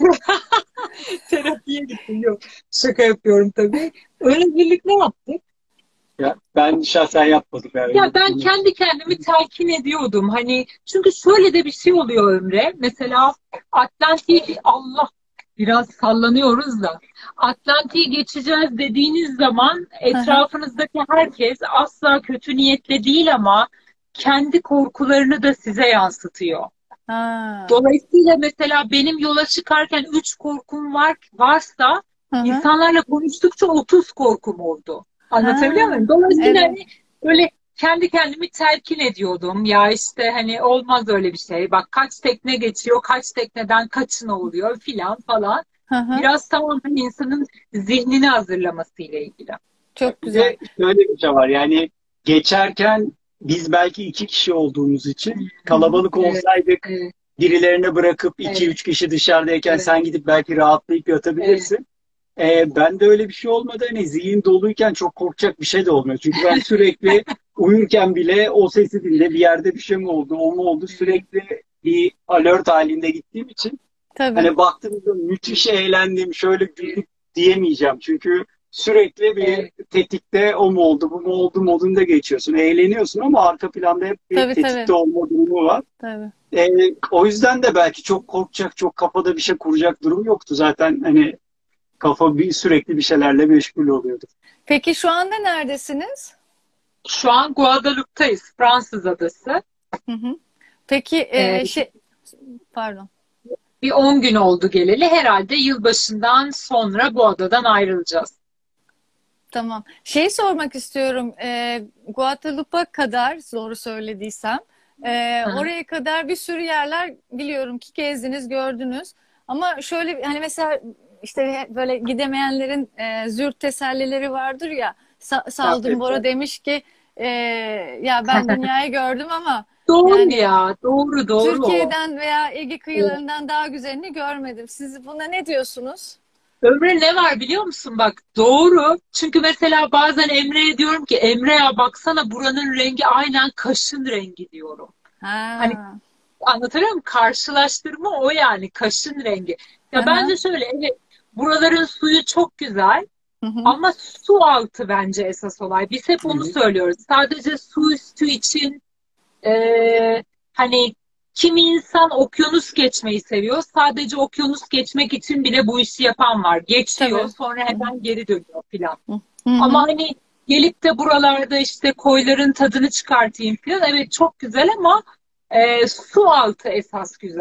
Terapiye gittim. Yok. Şaka yapıyorum tabii. Öyle birlik ne yaptık? Ya, ben şahsen yapmadım yani. Ya ben kendi kendimi telkin ediyordum. Hani çünkü şöyle de bir şey oluyor Ömre. Mesela Atlantik'i Allah biraz sallanıyoruz da Atlantik'i geçeceğiz dediğiniz zaman Hı hı. etrafınızdaki herkes asla kötü niyetle değil ama kendi korkularını da size yansıtıyor. Ha. Dolayısıyla mesela benim yola çıkarken üç korkum var varsa Hı hı. insanlarla konuştukça otuz korkum oldu. Anlatabiliyor Ha. muyum? Dolayısıyla Evet. hani böyle kendi kendimi telkin ediyordum. Ya işte hani olmaz öyle bir şey. Bak kaç tekne geçiyor, kaç tekneden kaçına oluyor filan falan. Hı hı. Biraz tamamen insanın zihnini hazırlaması ile ilgili. Çok Bir güzel. de şöyle bir şey var, yani geçerken biz belki iki kişi olduğumuz için, Hı hı. kalabalık Evet, olsaydık evet, birilerine bırakıp iki evet, üç kişi dışarıdayken evet, sen gidip belki rahatlayıp evet. yatabilirsin. Ee, ben de öyle bir şey olmadı. Hani zihin doluyken çok korkacak bir şey de olmuyor. Çünkü ben sürekli uyurken bile o sesi dinle, bir yerde bir şey mi oldu, o mu oldu, sürekli bir alert halinde gittiğim için Tabii. hani baktığımda müthiş eğlendim, şöyle güldük diyemeyeceğim. Çünkü sürekli bir Evet. tetikte o mu oldu, bu mu oldu modunda geçiyorsun. Eğleniyorsun ama arka planda hep bir Tabii tetikte tabii. olma durumu var. Tabii. Ee, o yüzden de belki çok korkacak, çok kafada bir şey kuracak durum yoktu. Zaten hani kafa bir sürekli bir şeylerle meşgul oluyordu. Peki şu anda neredesiniz? Şu an Guadalupe'tayız, Fransız adası. Hı hı. Peki Ee, e, şey pardon. Bir on gün oldu geleli. Herhalde yılbaşından sonra bu adadan ayrılacağız. Tamam. Şey sormak istiyorum. E, Guadalupe'a kadar, doğru söylediysem, e, Hı hı. oraya kadar bir sürü yerler biliyorum ki gezdiniz, gördünüz. Ama şöyle hani mesela işte böyle gidemeyenlerin e, züğürt tesellileri vardır ya. Sa Saldın Tabii. Bora demiş ki e, ya ben dünyayı gördüm ama Doğru yani ya. Doğru doğru o. Türkiye'den veya Ege Evet. kıyılarından daha güzelini görmedim. Siz buna ne diyorsunuz? Ömre ne var biliyor musun? Bak doğru. Çünkü mesela bazen Emre'ye diyorum ki Emre ya baksana buranın rengi aynen kaşın rengi diyorum. Hani Ha. anlatabiliyor muyum? Karşılaştırma o yani kaşın rengi. Hı Ya hı. bence şöyle evet buraların suyu çok güzel. Hı hı. Ama su altı bence esas olay. Biz hep Hı onu hı. söylüyoruz. Sadece su üstü için e, hani kimi insan okyanus geçmeyi seviyor. Sadece okyanus geçmek için bile bu işi yapan var. Geçiyor, Tabii. sonra Hı hı. hemen geri dönüyor filan. Hı hı. Ama Hı. hani gelip de buralarda işte koyların tadını çıkartayım filan. Evet çok güzel ama e, su altı esas güzel.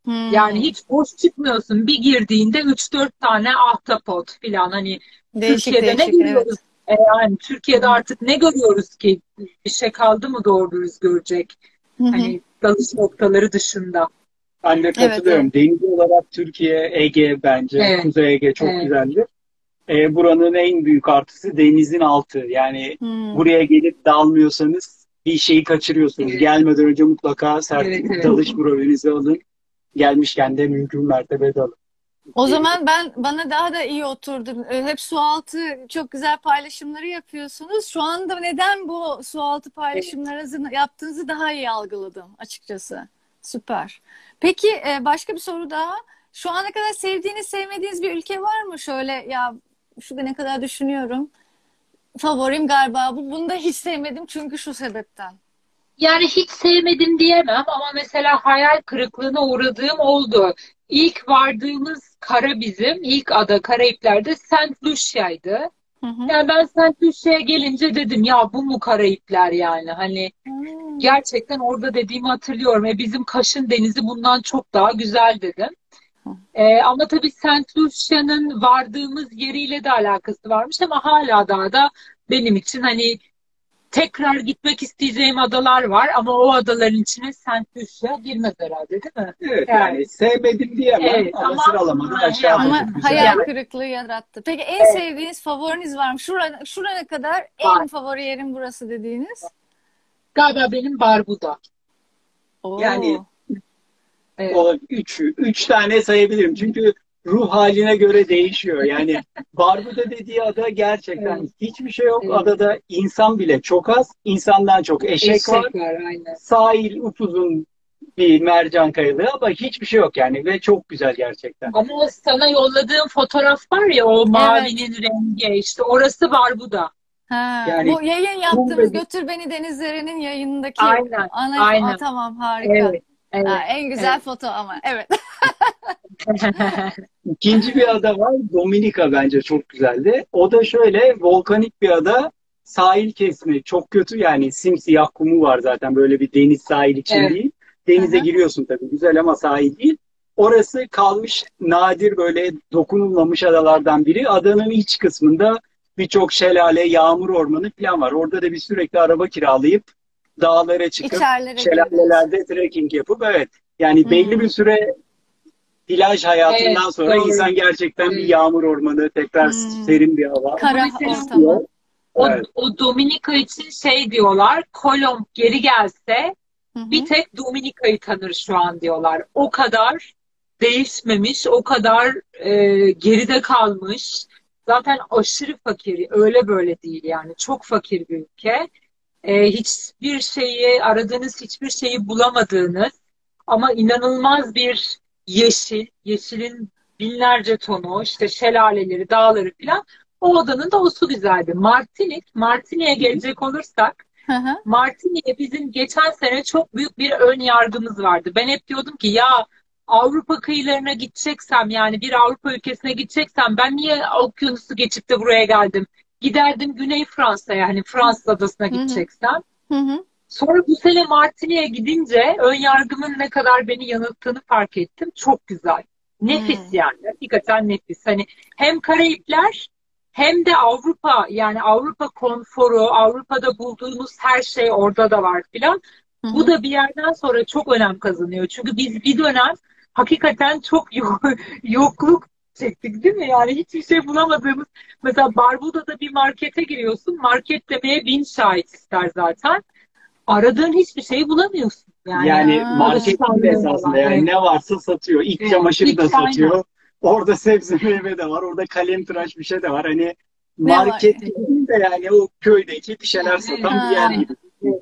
Hmm. Yani hiç boş çıkmıyorsun. Bir girdiğinde üç dört tane ahtapot falan. Hani Değişik Türkiye'de ne değişik, görüyoruz? evet. E, yani Türkiye'de artık ne görüyoruz ki? Bir şey kaldı mı doğru dürüst görecek? Hı hı. Hani dalış noktaları dışında. Ben de Evet, evet. katılıyorum. Deniz olarak Türkiye, Ege bence. Evet, Kuzey Ege çok evet, güzeldir. E, buranın en büyük artısı denizin altı. Yani Hmm. buraya gelip dalmıyorsanız bir şeyi kaçırıyorsunuz. evet, Gelmeden önce mutlaka sert evet, evet. dalış provenizi alın. Gelmişken de mümkün mertebe dalın. O zaman ben bana daha da iyi oturdu. E, Hep sualtı çok güzel paylaşımları yapıyorsunuz. Şu anda neden bu sualtı paylaşımlarınızı yaptığınızı daha iyi algıladım açıkçası. Süper. Peki e, başka bir soru daha. Şu ana kadar sevdiğiniz, sevmediğiniz bir ülke var mı? Şöyle ya şu ne kadar düşünüyorum. Favorim galiba bu. Bunu da hiç sevmedim çünkü şu sebepten. Yani hiç sevmedim diyemem ama mesela hayal kırıklığına uğradığım oldu. İlk vardığımız kara bizim, ilk ada Karayipler'de Saint Lucia'ydı. Hı hı. Yani ben Saint Lucia'ya gelince dedim ya bu mu Karayipler yani? Hani Hmm. gerçekten orada dediğimi hatırlıyorum. E bizim Kaş'ın denizi bundan çok daha güzel dedim. E, ama tabii Saint Lucia'nın vardığımız yeriyle de alakası varmış ama hala daha da benim için hani tekrar gitmek isteyeceğim adalar var ama o adaların içine Saint Lucia girmez herhalde değil mi? Evet, Yani, yani sevmedim diyemem evet ama ama sıralamada ha, aşağıda yani, Ama çok hayal güzel. kırıklığı yarattı. Peki en evet, sevdiğiniz favoriniz var mı? Şurana, şurana kadar var. en favori yerim burası dediğiniz? Galiba benim Barbuda. Yani Oo. Evet, o üç, üç tane sayabilirim. Çünkü ruh haline göre değişiyor. Yani Barbuda dediği ada gerçekten evet, hiçbir şey yok. evet. Adada insan bile çok az. İnsandan çok eşek var. Eşek var aynen. Sahil upuzun bir mercan kayalığı ama hiçbir şey yok yani ve çok güzel gerçekten. Ama o sana yolladığım fotoğraf var ya o Evet. mavinin rengi işte orası Barbuda. Ha, Yani bu yayın kum yaptığımız ve Götür Beni Denizleri'nin yayınındaki Aynen, ana Aa, aynen. tamam harika. Evet, Ha, evet, en güzel evet. foto ama evet. ikinci bir ada var. Dominika bence çok güzeldi. O da şöyle volkanik bir ada. Sahil kesimi çok kötü yani simsiyah kumu var zaten böyle bir deniz sahil için Evet, değil. Hı Denize hı. giriyorsun tabii güzel ama sahil değil. Orası kalmış nadir böyle dokunulmamış adalardan biri. Adanın iç kısmında birçok şelale, yağmur ormanı falan var. Orada da bir sürekli araba kiralayıp dağlara çıkıp İçerilere girdiniz. şelalelerde trekking yapıp evet yani belli bir Hmm. süre plaj evet, hayatından sonra doğru. insan gerçekten bir Evet. yağmur ormanı, tekrar Hmm. serin bir hava Ama Kara mesela istiyor. ortamı. o, Evet. o Dominika için şey diyorlar, Kolomb geri gelse Hı bir hı. tek Dominika'yı tanır şu an diyorlar. O kadar değişmemiş, o kadar e, geride kalmış. Zaten aşırı fakir, öyle böyle değil yani. Çok fakir bir ülke. E, hiçbir şeyi, aradığınız hiçbir şeyi bulamadığınız ama inanılmaz bir yeşil, yeşilin binlerce tonu, işte şelaleleri, dağları falan. O adanın da o su güzeldi. Martinik, Martinik'e gelecek olursak, Hı hı. Martini'ye bizim geçen sene çok büyük bir ön yargımız vardı. Ben hep diyordum ki ya Avrupa kıyılarına gideceksem yani bir Avrupa ülkesine gideceksem ben niye okyanusu geçip de buraya geldim? Giderdim Güney Fransa'ya yani Fransız adasına Hı hı. gideceksem. Hı hı. Sonra bu sene Martini'ye gidince ön yargımın ne kadar beni yanılttığını fark ettim. Çok güzel. Nefis Hmm. yani. Hakikaten nefis. Hani hem Karayipler hem de Avrupa yani Avrupa konforu, Avrupa'da bulduğunuz her şey orada da var filan. Hı Bu hı. da bir yerden sonra çok önem kazanıyor. Çünkü biz bir dönem hakikaten çok yo- yokluk çektik değil mi? Yani hiçbir şey bulamadığımız. Mesela Barbuda'da bir markete giriyorsun. Marketlemeye bin şahit ister zaten. Aradığın hiçbir şeyi bulamıyorsun. Yani Yani market gibi alışkanlığın esasında olan. yani Evet. ne varsa satıyor. İç Evet. çamaşırı Hiç da aynen. satıyor. Orada sebze meyve de var. Orada kalem tıraş bir şey de var. Hani Ne var? market gibi değil de yani o köydeki bir şeyler Evet. satan bir yer Ha, gibi. Evet.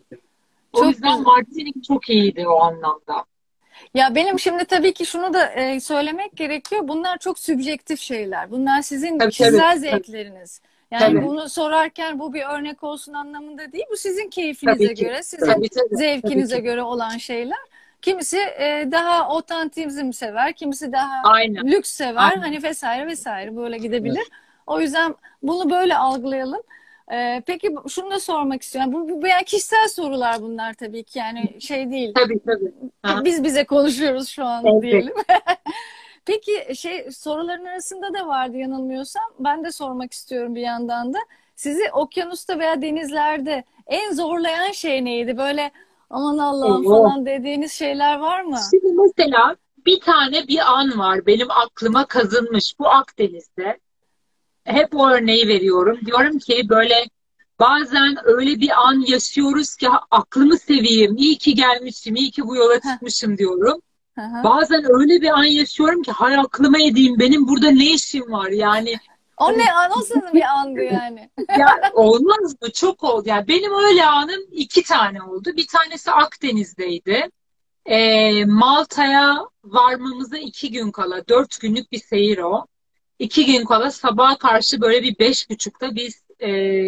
O çok yüzden güzel. Martinik çok iyiydi o anlamda. Ya benim şimdi tabii ki şunu da e, söylemek gerekiyor. Bunlar çok sübjektif şeyler. Bunlar sizin Tabii tabii. kişisel Tabii. zevkleriniz. Yani Tabii, bunu sorarken bu bir örnek olsun anlamında değil. Bu sizin keyfinize tabii ki. göre, sizin Tabii tabii. Tabii zevkinize ki. göre olan şeyler. Kimisi e, daha otantizm sever, kimisi daha Aynen. lüks sever, Aynen. hani vesaire vesaire böyle gidebilir. Evet. O yüzden bunu böyle algılayalım. Ee, peki bu- şunu da sormak istiyorum. Bu, bu yani kişisel sorular bunlar tabii ki. Yani şey değil. Tabii tabii. Ha, Biz bize konuşuyoruz şu an evet. diyelim. Peki şey soruların arasında da vardı yanılmıyorsam. Ben de sormak istiyorum bir yandan da. Sizi okyanusta veya denizlerde en zorlayan şey neydi? Böyle aman Allah'ım Oo. falan dediğiniz şeyler var mı? Şimdi mesela bir tane bir an var benim aklıma kazınmış. Bu Akdeniz'de. Hep o örneği veriyorum. Diyorum ki böyle bazen öyle bir an yaşıyoruz ki aklımı seveyim. İyi ki gelmişim, iyi ki bu yola Heh, çıkmışım diyorum. hı hı. Bazen öyle bir an yaşıyorum ki hay aklıma edeyim benim burada ne işim var yani. O Hani ne? Nasıl bir andı yani? ya olmaz mı? Çok oldu. Yani benim öyle anım iki tane oldu. Bir tanesi Akdeniz'deydi. Ee, Malta'ya varmamıza iki gün kala, dört günlük bir seyir o. İki gün kala sabaha karşı böyle bir beş buçukta biz ee,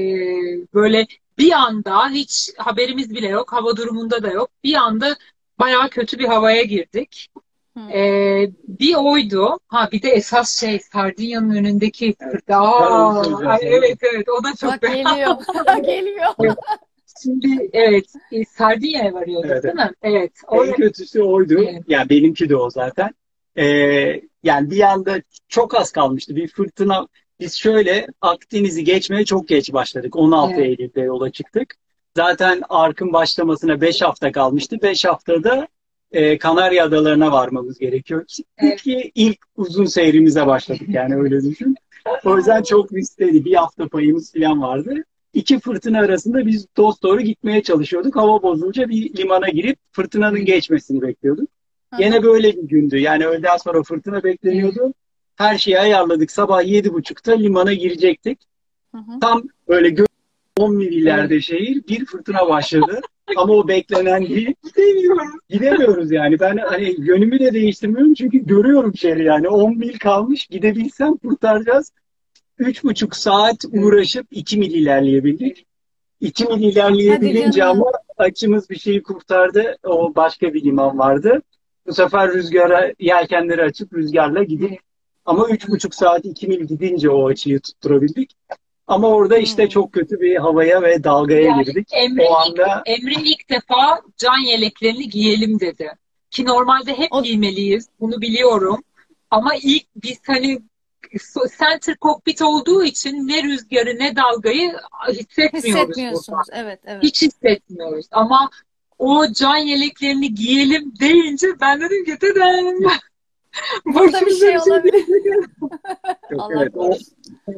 böyle bir anda hiç haberimiz bile yok, hava durumunda da yok. Bir anda bayağı kötü bir havaya girdik. Hmm. Ee, bir oydu. Ha bir de esas şey Sardinya'nın önündeki Evet. fırtına. Ben onu Aa, ay, söyleyeceğim. evet evet o da çok Bak geliyor. Geliyor. Evet. Şimdi evet e, Sardinya'ya varıyorduk Evet, değil evet. mi? Evet. En Orada, kötüsü oydu. evet. Yani benimki de o zaten. Ee, yani bir anda çok az kalmıştı. Bir fırtına. Biz şöyle Akdeniz'i geçmeye çok geç başladık. on altı Evet. Eylül'de yola çıktık. Zaten Ark'ın başlamasına beş hafta kalmıştı. beş haftada e, Kanarya Adalarına varmamız gerekiyor. Evet. İlk, ilk uzun seyrimize başladık yani öyle düşün. O yüzden çok riskliydi. Bir hafta payımız falan vardı. İki fırtına arasında biz dost doğru gitmeye çalışıyorduk. Hava bozulunca bir limana girip fırtınanın geçmesini bekliyorduk. Hı Gene hı. böyle bir gündü. Yani öğleden sonra fırtına bekleniyordu. Her şeyi ayarladık. Sabah yedi buçukta limana girecektik. Hı hı. Tam böyle gö- on mil Evet. ileride şehir bir fırtına başladı. Ama o beklenen değil. Gidemiyorum. Gidemiyoruz yani. Ben hani yönümü de değiştirmiyorum çünkü görüyorum şehri yani. on mil kalmış. Gidebilsem kurtaracağız. Üç buçuk saat uğraşıp iki mil ilerleyebildik. İki mil Hadi ilerleyebilince canım. ama açımız bir şeyi kurtardı. O başka bir liman vardı. Bu sefer rüzgara yelkenleri açıp rüzgarla gidip ama üç buçuk saat iki mil gidince o açıyı tutturabildik. Ama orada işte Hmm. çok kötü bir havaya ve dalgaya Yani girdik. Emre O ilk, anda Emre ilk defa can yeleklerini giyelim dedi. Ki normalde hep O giymeliyiz. Bunu biliyorum. Ama ilk biz hani so- center cockpit olduğu için ne rüzgarı ne dalgayı hissetmiyoruz burada. hissetmiyorsunuz. Evet, evet. Hiç hissetmiyoruz. Ama o can yeleklerini giyelim deyince ben dedim ki dedem Burada bir başımıza şey bir şey olabilir. gelecek. yok Allah evet o, korusun.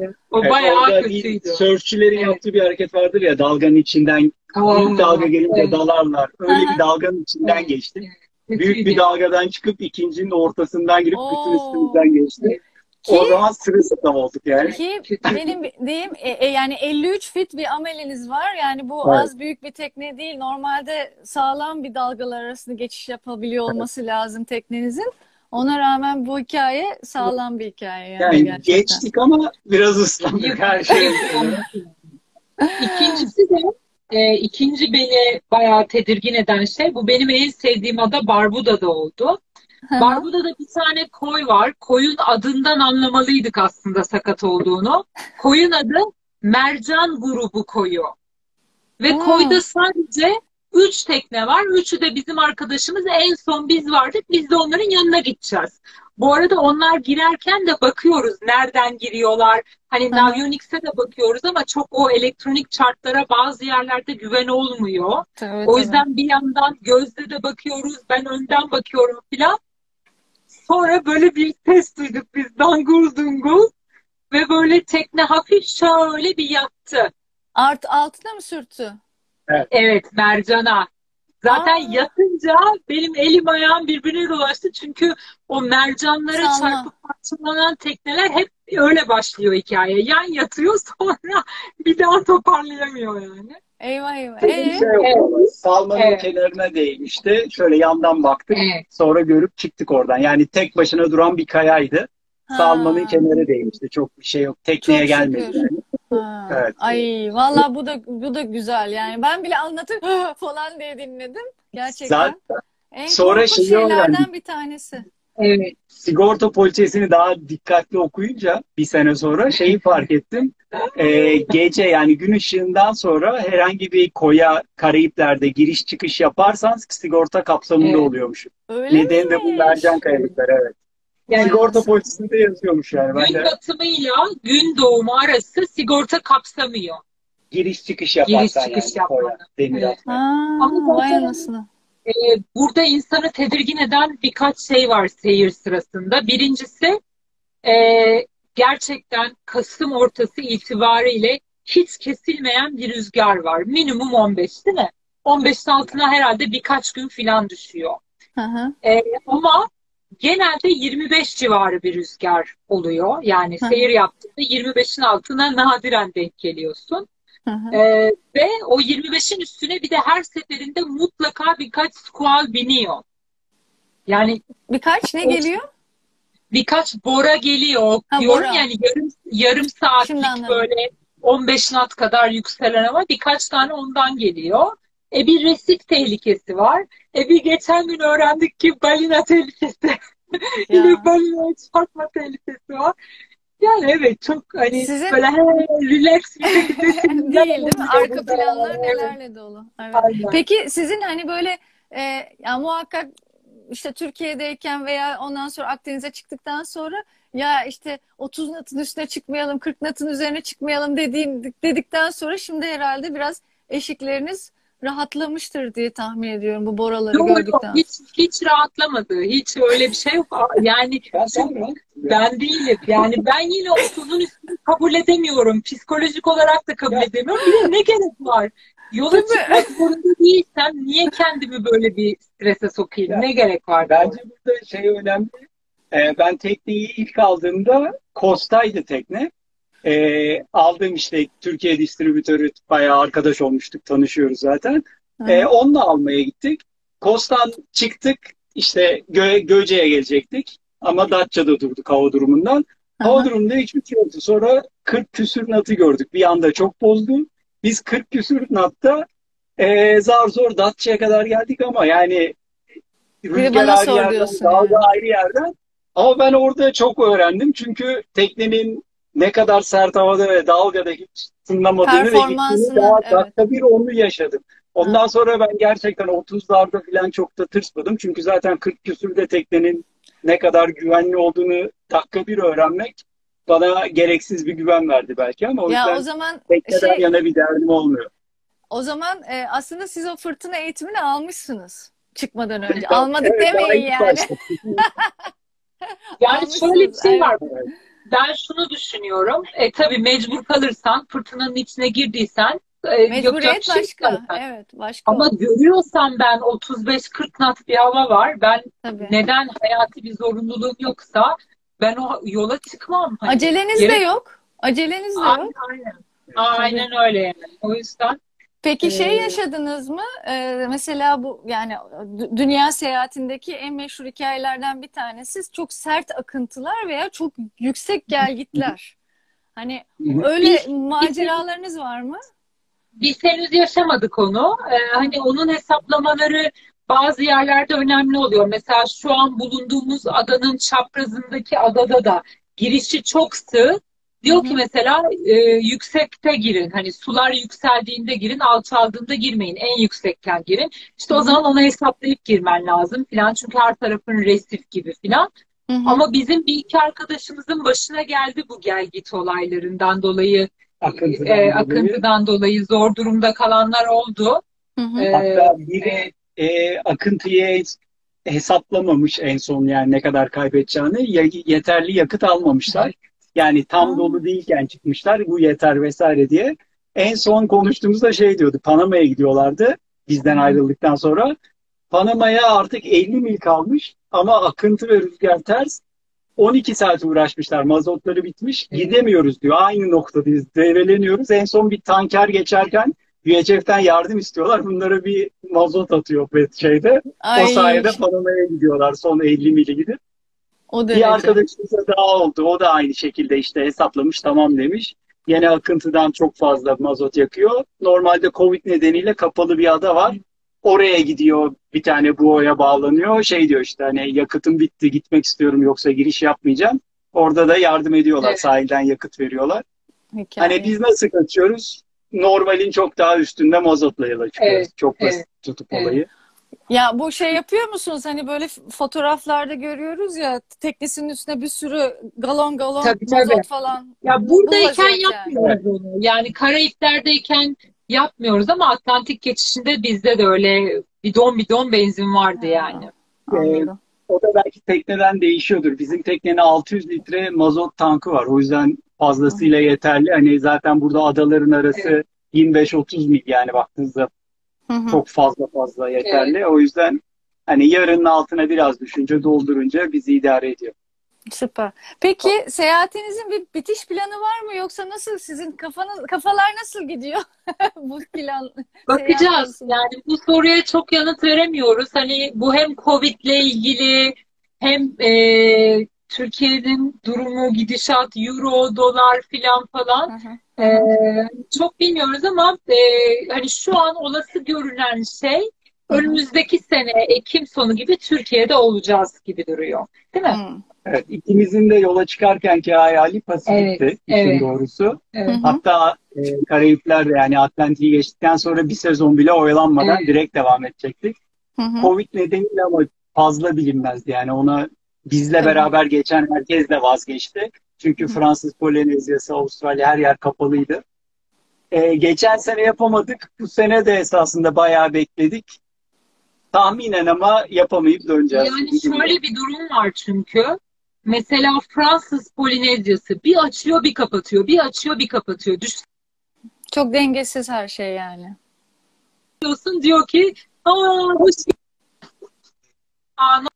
O evet, bayağı orada bir kötüydü. sörfçülerin Evet. yaptığı bir hareket vardır ya dalganın içinden büyük dalga Aa, gelince evet, dalarlar. Hı Öyle bir hı. dalganın içinden evet, geçtik. evet. Büyük bir Kötüydü. dalgadan çıkıp ikincinin ortasından girip bütün Oo. üstümüzden geçti. Evet, Ki O zaman sırılsıklam olduk yani. ki kötüydü. benim diyeyim e, e, yani elli üç fit bir ameliniz var. Yani bu Evet, az büyük bir tekne değil. Normalde sağlam bir dalgalar arasında geçiş yapabiliyor evet. olması lazım teknenizin. Ona rağmen bu hikaye sağlam bir hikaye yani Yani gerçekten. geçtik ama biraz ıslandık Yık, her şey. yıprandık. İkincisi de e, ikinci beni bayağı tedirgin eden şey bu benim en sevdiğim ada Barbuda'da oldu. Hı hı. Barbuda'da bir tane koy var. Koyun adından anlamalıydık aslında sakat olduğunu. Koyun adı Mercan Grubu koyu. Ve Hmm. koyda sadece üç tekne var. Üçü de bizim arkadaşımız. En son biz vardık. Biz de onların yanına gideceğiz. Bu arada onlar girerken de bakıyoruz nereden giriyorlar. Hani Hı hı. Navionics'e de bakıyoruz ama çok o elektronik chartlara bazı yerlerde güven olmuyor. Tabii O tabii. yüzden bir yandan gözle de bakıyoruz. Ben önden bakıyorum filan. Sonra böyle bir ses duyduk biz dangul dungul ve böyle tekne hafif şöyle bir yattı. Art altına mı sürttü? Evet. Evet, mercana. Zaten Aa, yatınca benim elim ayağım birbirine dolaştı. Çünkü o mercanlara salma. çarpıp parçalanan tekneler hep öyle başlıyor hikaye. Yan yatıyor sonra bir daha toparlayamıyor yani. Eyvah eyvah. Bir Ee? şey yok. Evet, Salmanın evet, kenarına değmişti. Şöyle yandan baktık. evet. Sonra görüp çıktık oradan. Yani tek başına duran bir kayaydı. Salmanın Ha, kenarı değmişti. Çok bir şey yok. Tekneye çok gelmedi şükür. yani. Ha. Evet. Ay vallahi bu da bu da güzel yani. Ben bile anlatıp falan diye dinledim. Gerçekten Zaten en sonra korkunç şeyi öğrendik. şeylerden bir tanesi. Evet. Sigorta poliçesini daha dikkatli okuyunca bir sene sonra şeyi fark ettim. Ee, gece yani gün ışığından sonra herhangi bir koya Karayipler'de giriş çıkış yaparsan sigorta kapsamında Evet. oluyormuş. Öyle Nedeni de bu miymiş? mercan kayalıkları, evet. Vay Yani Sigorta anasını. poliçesinde yazıyormuş yani. Ben gün de batımıyla gün doğumu arası sigorta kapsamıyor. giriş çıkış Giriş yaparsan çıkış yani koya, yapmanı. demir Evet. atmaya. Ha, Ama vay zaten anasını. e, burada insanı tedirgin eden birkaç şey var seyir sırasında. Birincisi e, gerçekten Kasım ortası itibariyle hiç kesilmeyen bir rüzgar var. Minimum on beş değil mi? on beşin altına herhalde birkaç gün falan düşüyor. Hı hı. E, ama genelde yirmi beş civarı bir rüzgar oluyor. Yani Hı hı. seyir yaptığında yirmi beşin altına nadiren denk geliyorsun. Hı hı. Ee, ve o yirmi beşin üstüne bir de her seferinde mutlaka birkaç squall biniyor. Yani Birkaç ne o geliyor? birkaç bora geliyor. Ha, Diyorum bora. yani yarım yarım Şimdi saatlik anladım. böyle on beş knot kadar yükselen ama birkaç tane ondan geliyor. E bir resif tehlikesi var. E bir geçen gün öğrendik ki balina tehlikesi. Yine Ya. balinaya çarpma tehlikesi var. Yani evet çok hani Sizin böyle he, relax bir şekilde değil sinirler değil mi? oluyor Arka burada. planlar Evet, nelerle dolu. Evet. aynen. Peki sizin hani böyle e, ya muhakkak işte Türkiye'deyken veya ondan sonra Akdeniz'e çıktıktan sonra ya işte otuz natın üstüne çıkmayalım, kırk natın üzerine çıkmayalım dediğin, dedikten sonra şimdi herhalde biraz eşikleriniz rahatlamıştır diye tahmin ediyorum bu boraları Yok yok gördükten hiç hiç rahatlamadı. Hiç öyle bir şey yok. Aa, Yani Ben şu tam rahat. ben değilim. Yani ben yine otuzun üstünü kabul edemiyorum. Psikolojik olarak da kabul Ya, edemiyorum. Bir de ne gerek var? Yola değil mi? çıkmak zorunda değilsem niye kendimi böyle bir strese sokayım? ya, Ne gerek var diyorum. bence burada şey önemli. Ee, ben tekneyi ilk aldığımda Kosta'ydı tekne. Ee, aldığım işte Türkiye distribütörü, bayağı arkadaş olmuştuk, tanışıyoruz zaten. Hı Ee, hı. onunla almaya gittik. Kostan çıktık, işte Gö Göce'ye gelecektik. Ama Datça'da durduk hava durumundan. Hı Hava hı. durumunda hiçbir şey yoktu. Sonra kırk küsür natı gördük. Bir anda çok bozdu. Biz kırk küsür natta ee, zar zor Datça'ya kadar geldik ama yani Bir de rüzgar bana ayrı sor yerden, diyorsun dalga yani. ayrı yerden. Ama ben orada çok öğrendim. Çünkü teknenin ne kadar sert havada ve dalgada hiç tınlamadığını ve gittiğini Performansının daha evet. dakika bir onu yaşadım. Ha. Ondan sonra ben gerçekten otuzlarda falan çok da tırsmadım. Çünkü zaten kırk küsürde teknenin ne kadar güvenli olduğunu dakika bir öğrenmek bana gereksiz bir güven verdi belki ama o Ya o yüzden zaman tekneden şey yana bir derdim olmuyor. o zaman e, aslında siz o fırtına eğitimini almışsınız çıkmadan önce. Ya, Almadık evet, daha demeyin ilk yani. başta. Yani şöyle Almışsınız. bir şey Evet. var. Ben şunu düşünüyorum. E tabii mecbur kalırsan, fırtınanın içine girdiysen e, yapacak bir Mecburiyet şey yok başka. zaten. Evet, başka Ama o. görüyorsam ben otuz beş kırk knot bir hava var. Ben Tabii. neden hayati bir zorunluluğum yoksa ben o yola çıkmam. Hani Aceleniz de gerek yok. Aceleniz de aynen yok. aynen. Tabii. Aynen öyle yani. O yüzden Peki şey e, yaşadınız mı? Ee, mesela bu yani dü- dünya seyahatindeki en meşhur hikayelerden bir tanesi çok sert akıntılar veya çok yüksek gelgitler. Hani öyle biz, biz, maceralarınız var mı? biz henüz yaşamadık onu. E, hani onun hesaplamaları bazı yerlerde önemli oluyor. Mesela şu an bulunduğumuz adanın çaprazındaki adada da girişi çok sığ. Hı Diyor ki hı. mesela e, yüksekte girin. Hani sular yükseldiğinde girin, alçaldığında girmeyin. En yüksekken girin. İşte Hı o hı. zaman onu hesaplayıp girmen lazım filan. Çünkü her tarafın resif gibi filan. Hı hı. Ama bizim bir iki arkadaşımızın başına geldi bu gelgit olaylarından dolayı, Akıntıdan e, dolayı. akıntıdan dolayı zor durumda kalanlar oldu. Hı hı. E, Hatta biri e, akıntıyı hesaplamamış en son, yani ne kadar kaybedeceğini. Ya- yeterli yakıt almamışlar. Yani tam Aa. dolu değilken çıkmışlar, bu yeter vesaire diye. En son konuştuğumuzda şey diyordu, Panama'ya gidiyorlardı bizden ayrıldıktan sonra. Panama'ya artık elli mil kalmış ama akıntı ve rüzgar ters. on iki saat uğraşmışlar. Mazotları bitmiş. Gidemiyoruz diyor. Aynı noktadayız. Devreleniyoruz. En son bir tanker geçerken U H F'ten yardım istiyorlar. Bunlara bir mazot atıyor pet şeyde. O Ay sayede Panama'ya gidiyorlar son elli mili gidip. o Bir derece. arkadaşımıza daha oldu. O da aynı şekilde işte hesaplamış, tamam demiş. Yine akıntıdan çok fazla mazot yakıyor. Normalde Covid nedeniyle kapalı bir ada var. Oraya gidiyor, bir tane buoya bağlanıyor. Şey diyor işte hani yakıtım bitti, gitmek istiyorum yoksa giriş yapmayacağım. Orada da yardım ediyorlar, Evet. sahilden yakıt veriyorlar. Hani Hikaye. biz nasıl kaçıyoruz? Normalin çok daha üstünde mazotla yola çıkıyoruz. Evet, Çok basit evet, tutup evet. olayı. Ya bu şey yapıyor musunuz? Hani böyle f- fotoğraflarda görüyoruz ya, teknesinin üstüne bir sürü galon galon Tabii mazot tabii. falan. Ya Bu, bu buradayken vaziyet yani. yapmıyoruz onu. Yani Karayipler'deyken yapmıyoruz ama Atlantik geçişinde bizde de öyle bidon bidon benzin vardı yani. Ha, Ee, anladım. O da belki tekneden değişiyordur. Bizim teknenin altı yüz litre mazot tankı var. O yüzden Hı hı. fazlasıyla yeterli. Hani zaten burada adaların Evet, arası yirmi beş otuz mil, yani baktığınızda Hı hı. çok fazla fazla evet. yeterli. O yüzden hani yarının altına biraz düşünce, doldurunca bizi idare ediyor. Süper. Peki seyahatinizin bir bitiş planı var mı, yoksa nasıl, sizin kafanız kafalar nasıl gidiyor bu plan seyahat Bakacağız. konusunda? Yani bu soruya çok yanıt veremiyoruz. Hani bu hem Covid'le ilgili hem e, Türkiye'nin durumu, gidişat, euro, dolar filan falan. Hı hı. Hı E, hı. Çok bilmiyoruz ama e, hani şu an olası görünen şey Hı hı. önümüzdeki sene Ekim sonu gibi Türkiye'de olacağız gibi duruyor. Değil mi? Hı. Evet, ikimizin de yola çıkarkenki hayali Evet, Pasifik'ti işin evet, doğrusu. Hı evet, hı. Hatta e, Karayipler'de, yani Atlantik'i geçtikten sonra bir sezon bile oyalanmadan evet. direkt devam edecektik. Hı hı. Covid nedeniyle ama fazla bilinmezdi. Yani ona bizle Tabii. beraber geçen herkes de vazgeçti. Hı Çünkü hı. Fransız Polinezyası, Avustralya, her yer kapalıydı. E, geçen sene yapamadık. Bu sene de esasında bayağı bekledik. Tahminen ama yapamayıp döneceğiz Yani gibi geliyor. şöyle bir durum var çünkü. Mesela Fransız Polinezyası bir açıyor bir kapatıyor, bir açıyor bir kapatıyor. Çok dengesiz her şey yani. Düşünüyorsun diyor ki aa hoş aa, ne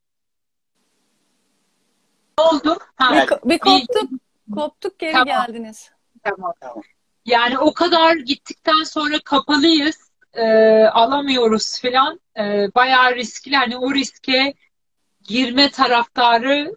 oldu? Bir, Ha, Yani, ko- bir bir koptuk, koptuk geri tamam geldiniz. tamam. tamam. Yani o kadar gittikten sonra kapalıyız, e, alamıyoruz filan. E, bayağı riskli. Hani o riske girme taraftarı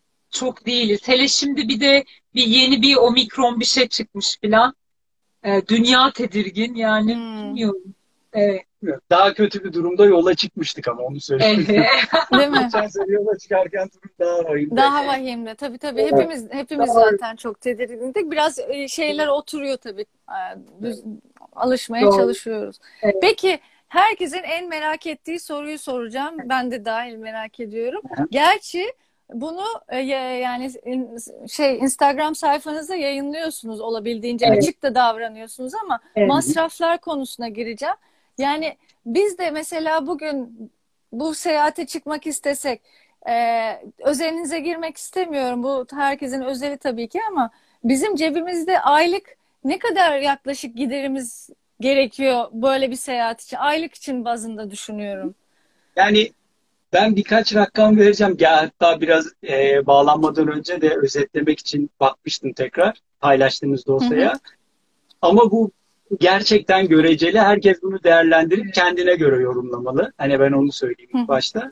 çok değiliz. Hele şimdi bir de bir yeni bir omikron bir şey çıkmış filan. E, dünya tedirgin yani Hmm. bilmiyorum. Evet. Daha kötü bir durumda yola çıkmıştık ama onu söyleyeyim. Evet. Değil mi? Geçen sene yola çıkarken durum daha vahimdi. Daha vahimdi. Tabii tabii. Evet. Hepimiz hepimiz zaten çok tedirgindik. Biraz e, şeyler oturuyor tabii. E, Düz, alışmaya Doğru. çalışıyoruz. Evet. Peki, herkesin en merak ettiği soruyu soracağım. Ben de dahil merak ediyorum. Hı. Gerçi bunu e, ya- yani in- şey Instagram sayfanızda yayınlıyorsunuz, olabildiğince Evet. açık da davranıyorsunuz, ama Evet. masraflar konusuna gireceğim. Yani biz de mesela bugün bu seyahate çıkmak istesek, ee, özelinize girmek istemiyorum. Bu herkesin özeli tabii ki, ama bizim cebimizde aylık ne kadar yaklaşık giderimiz gerekiyor böyle bir seyahat için? Aylık için bazında düşünüyorum. Yani ben birkaç rakam vereceğim. Ya, hatta biraz e, bağlanmadan önce de özetlemek için bakmıştım tekrar paylaştığımız Hı hı, dosyaya. Ama bu gerçekten göreceli. Herkes bunu değerlendirip kendine göre yorumlamalı. Hani ben onu söyleyeyim hı ilk hı, başta.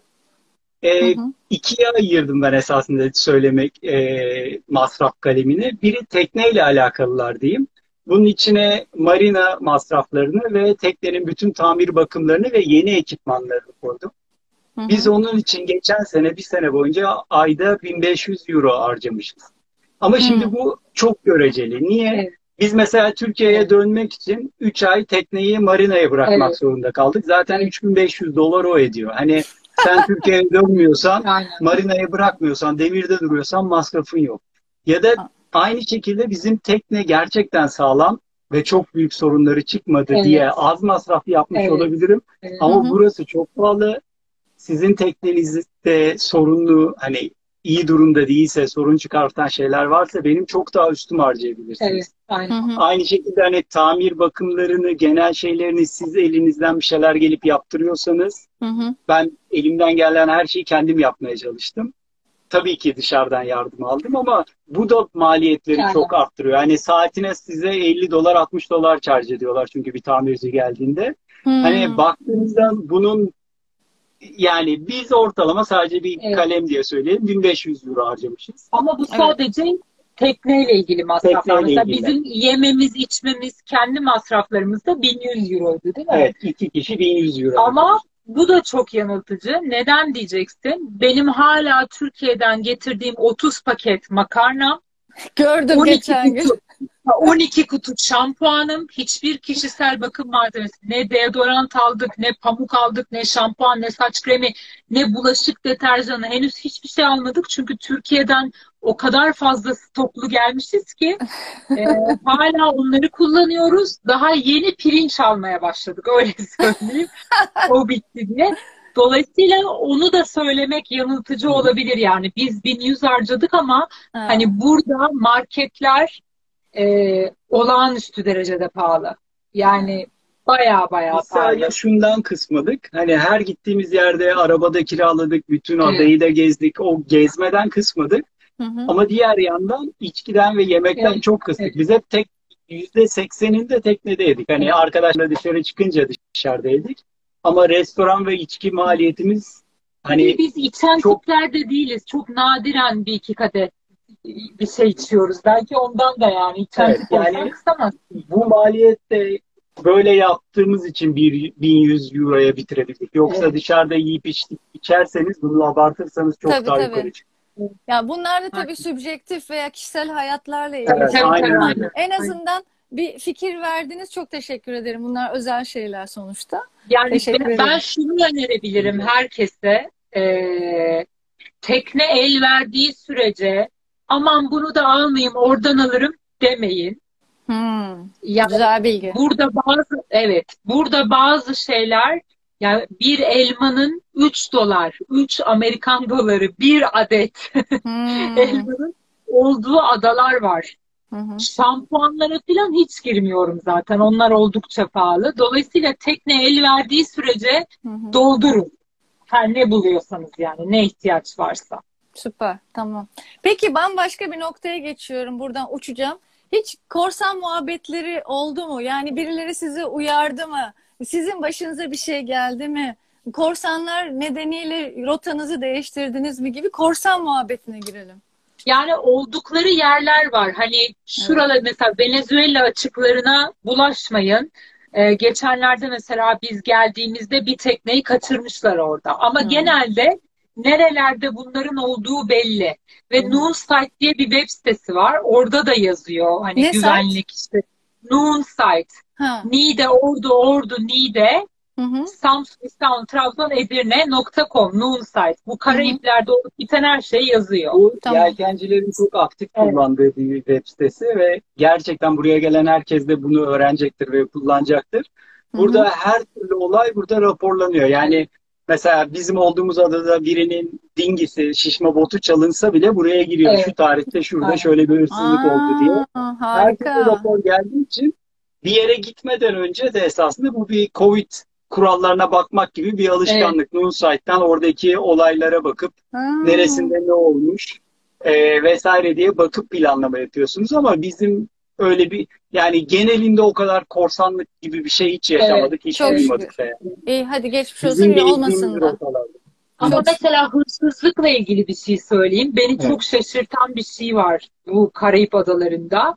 hı E, hı, ikiye ayırdım ben esasında söylemek e, masraf kalemini. Biri tekneyle alakalılar diyeyim. Bunun içine marina masraflarını ve teknenin bütün tamir bakımlarını ve yeni ekipmanlarını koydum. hı Biz hı, onun için geçen sene, bir sene boyunca ayda bin beş yüz euro harcamışız. Ama şimdi hı. bu çok göreceli. Niye? Evet. Biz mesela Türkiye'ye dönmek için üç ay tekneyi marinaya bırakmak Evet. zorunda kaldık. Zaten üç bin beş yüz dolar o ediyor. Hani sen Türkiye'ye dönmüyorsan, Aynen. marinaya bırakmıyorsan, demirde duruyorsan masrafın yok. Ya da aynı şekilde bizim tekne gerçekten sağlam ve çok büyük sorunları çıkmadı Evet. diye az masraf yapmış Evet. olabilirim. Evet. Hı Ama hı. burası çok pahalı. Sizin teknenizde sorunlu, hani iyi durumda değilse, sorun çıkartan şeyler varsa benim çok daha üstüm Evet. harcayabilirsiniz. Hı Aynen. hı. Aynı şekilde hani tamir bakımlarını, genel şeylerini siz elinizden bir şeyler gelip yaptırıyorsanız, Hı hı. ben elimden gelen her şeyi kendim yapmaya çalıştım. Tabii ki dışarıdan yardım aldım ama bu da maliyetleri Aynen. çok arttırıyor. Yani saatine size elli dolar altmış dolar charge ediyorlar çünkü bir tamirci geldiğinde. Hani Hı. baktığınızda bunun, yani biz ortalama sadece bir Evet. kalem diye söyleyeyim bin beş yüz euro harcamışız. Ama bu Evet. sadece Tekneyle ilgili masraflar. Tekneyle Mesela ilgili. bizim yememiz, içmemiz, kendi masraflarımız da bin yüz euroydu değil mi? Evet, iki kişi bin yüz euro. Ama bu da çok yanıltıcı. Neden diyeceksin? Benim hala Türkiye'den getirdiğim otuz paket makarna, Gördüm on iki geçen gün. kutu, on iki kutu şampuanım, hiçbir kişisel bakım malzemesi, ne deodorant aldık, ne pamuk aldık, ne şampuan, ne saç kremi, ne bulaşık deterjanı, henüz hiçbir şey almadık. Çünkü Türkiye'den o kadar fazla stoklu gelmişiz ki e, hala onları kullanıyoruz. Daha yeni pirinç almaya başladık, öyle söyleyeyim. O bitti diye. Dolayısıyla onu da söylemek yanıltıcı olabilir yani. Biz bin yüz harcadık ama Ha. hani burada marketler e, olağanüstü derecede pahalı. Yani baya baya Biz sadece pahalı. şundan kısmadık. Hani her gittiğimiz yerde arabada kiraladık, bütün Evet. adayı da gezdik. O gezmeden kısmadık. Hı hı. Ama diğer yandan içkiden ve yemekten Evet, çok kıstık. evet. Biz hep tek yüzde sekseninde teknede yedik. Hani Evet. arkadaşlar dışarı çıkınca dışarıda yedik. Ama restoran ve içki maliyetimiz Hani hani biz içen çok tipler de değiliz. Çok nadiren bir iki kadeh bir şey içiyoruz. Belki ondan da yani içen evet tip olsan yani kısamaz. bu maliyette böyle yaptığımız için bir bin yüz euroya bitirebildik. Yoksa Evet. dışarıda yiyip içtik, içerseniz bunu abartırsanız çok Tabii daha tabii. yukarı çıkıyor. Ya bunlar da tabii Aynen. subjektif veya kişisel hayatlarla ilgili Evet, şeyler aynen ama öyle. en Aynen. azından bir fikir verdiniz. Çok teşekkür ederim. Bunlar özel şeyler sonuçta. Yani Teşekkür ben, ben ederim. şunu önerebilirim herkese. Eee, tekne el verdiği sürece aman bunu da almayayım oradan alırım demeyin. Hmm, Yani güzel bilgi. burada bazı evet burada bazı şeyler yani bir elmanın üç dolar, üç Amerikan doları bir adet Hmm, elmanın olduğu adalar var. hı hı, Şampuanlara falan hiç girmiyorum zaten. Onlar oldukça pahalı. Dolayısıyla tekne el verdiği sürece hı hı. doldurun. Her ne buluyorsanız yani ne ihtiyaç varsa. Süper, tamam. Peki bambaşka bir noktaya geçiyorum. Buradan uçacağım. Hiç korsan muhabbetleri oldu mu? Yani birileri sizi uyardı mı? Sizin başınıza bir şey geldi mi? Korsanlar nedeniyle rotanızı değiştirdiniz mi gibi korsan muhabbetine girelim. Yani oldukları yerler var. Hani şurada mesela Venezuela açıklarına bulaşmayın. Ee, geçenlerde mesela biz geldiğimizde bir tekneyi kaçırmışlar orada. Ama Hmm. genelde nerelerde bunların olduğu belli. Ve Hı. Noon Site diye bir web sitesi var. Orada da yazıyor. Hani Ne site? güvenlik işte. Noon Site. Ha. Niğde, Ordu, Ordu, Niğde. Hı hı. Samsun, İstanbul, Trabzon, Edirne nokta com Noon Site. Bu Hı hı. Karayiplerde olup biten her şey yazıyor. Bu Tamam. yelkencilerin çok aktif Evet. kullandığı bir web sitesi ve gerçekten buraya gelen herkes de bunu öğrenecektir ve kullanacaktır. Hı Burada hı. her türlü olay burada raporlanıyor. Yani mesela bizim olduğumuz adada birinin dingisi, şişme botu çalınsa bile buraya giriyor. Evet. Şu tarihte şurada Aynen. şöyle bir hırsızlık oldu diye. Aa, Her türlü harika. rapor geldiği için bir yere gitmeden önce de esasında bu bir Covid kurallarına bakmak gibi bir Evet. alışkanlık. Nunsite'den oradaki olaylara bakıp Ha. neresinde ne olmuş e, vesaire diye bakıp planlama yapıyorsunuz ama bizim öyle bir yani genelinde o kadar korsanlık gibi bir şey hiç Evet. yaşamadık, hiç Çok Evet. duymadık şükür. da yani. İyi hadi geçmiş olsun, Bizim iyi gezdiğimiz olmasın da. rotalarda. Ama Çok mesela hırsızlıkla ilgili bir şey söyleyeyim. Beni Evet. çok şaşırtan bir şey var bu Karayip Adaları'nda.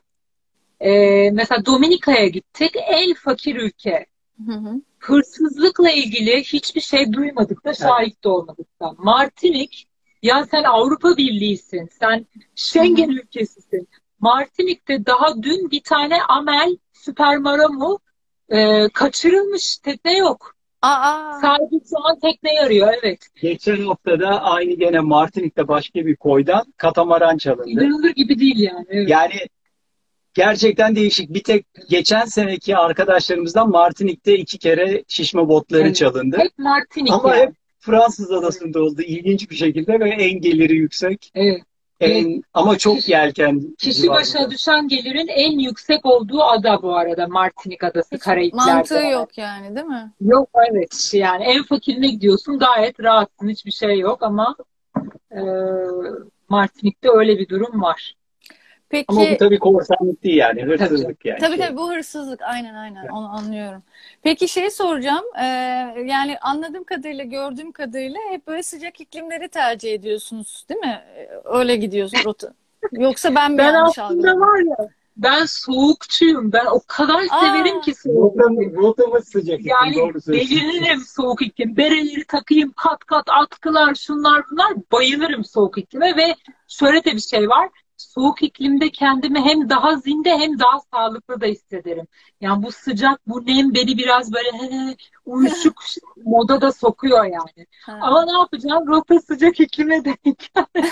Ee, mesela Dominika'ya gittik. En fakir ülke. Hı hı. Hırsızlıkla ilgili hiçbir şey duymadık da Evet. şahit de olmadık da. Martinik, ya sen Avrupa Birliği'sin, sen Hı Schengen hı. ülkesisin. Martinik'te daha dün bir tane Amel Süper Maramu e, kaçırılmış, tekne yok. Aa, Sahibi şu an tekneyi arıyor, evet. Geçen hafta da aynı gene Martinik'te başka bir koydan katamaran çalındı. İnanılır gibi değil yani. Evet. Yani gerçekten değişik. Bir tek geçen seneki arkadaşlarımızdan Martinik'te iki kere şişme botları Evet. çalındı. Hep Martinik Ama yani. hep Fransız adasında oldu ilginç bir şekilde ve en geliri yüksek. Evet. Evet. En, ama çok Kişi, yelken kişi başına civarında. düşen gelirin en yüksek olduğu ada bu arada Martinik Adası hiç Karayipler'de. mantığı yok yani, değil mi? Yok evet yani en fakirine gidiyorsun gayet rahatsın hiçbir şey yok ama e, Martinik'te öyle bir durum var. Ama bu Peki tabii korsanlık değil yani Tabii. hırsızlık yani. tabii Şey. tabii bu hırsızlık, aynen aynen onu anlıyorum. Peki şey soracağım, ee, yani anladığım kadarıyla, gördüğüm kadarıyla hep böyle sıcak iklimleri tercih ediyorsunuz, değil mi? Ee, Öyle gidiyorsun rota. Yoksa ben mi Ben yanlış aslında algıladım? var ya, ben soğukçuyum. Ben o kadar severim Aa, ki soğuk Rotamız, iklim. rotamız sıcak iklim, Yani doğru söylüyorsun. deliririm soğuk iklim. Bereleri takayım, kat kat atkılar, şunlar bunlar. Bayılırım soğuk iklime ve şöyle de bir şey var. Soğuk iklimde kendimi hem daha zinde hem daha sağlıklı da hissederim. Yani bu sıcak, bu nem beni biraz böyle he, uyuşuk moda da sokuyor yani. ha. Ama ne yapacağım? Rota sıcak iklime denk.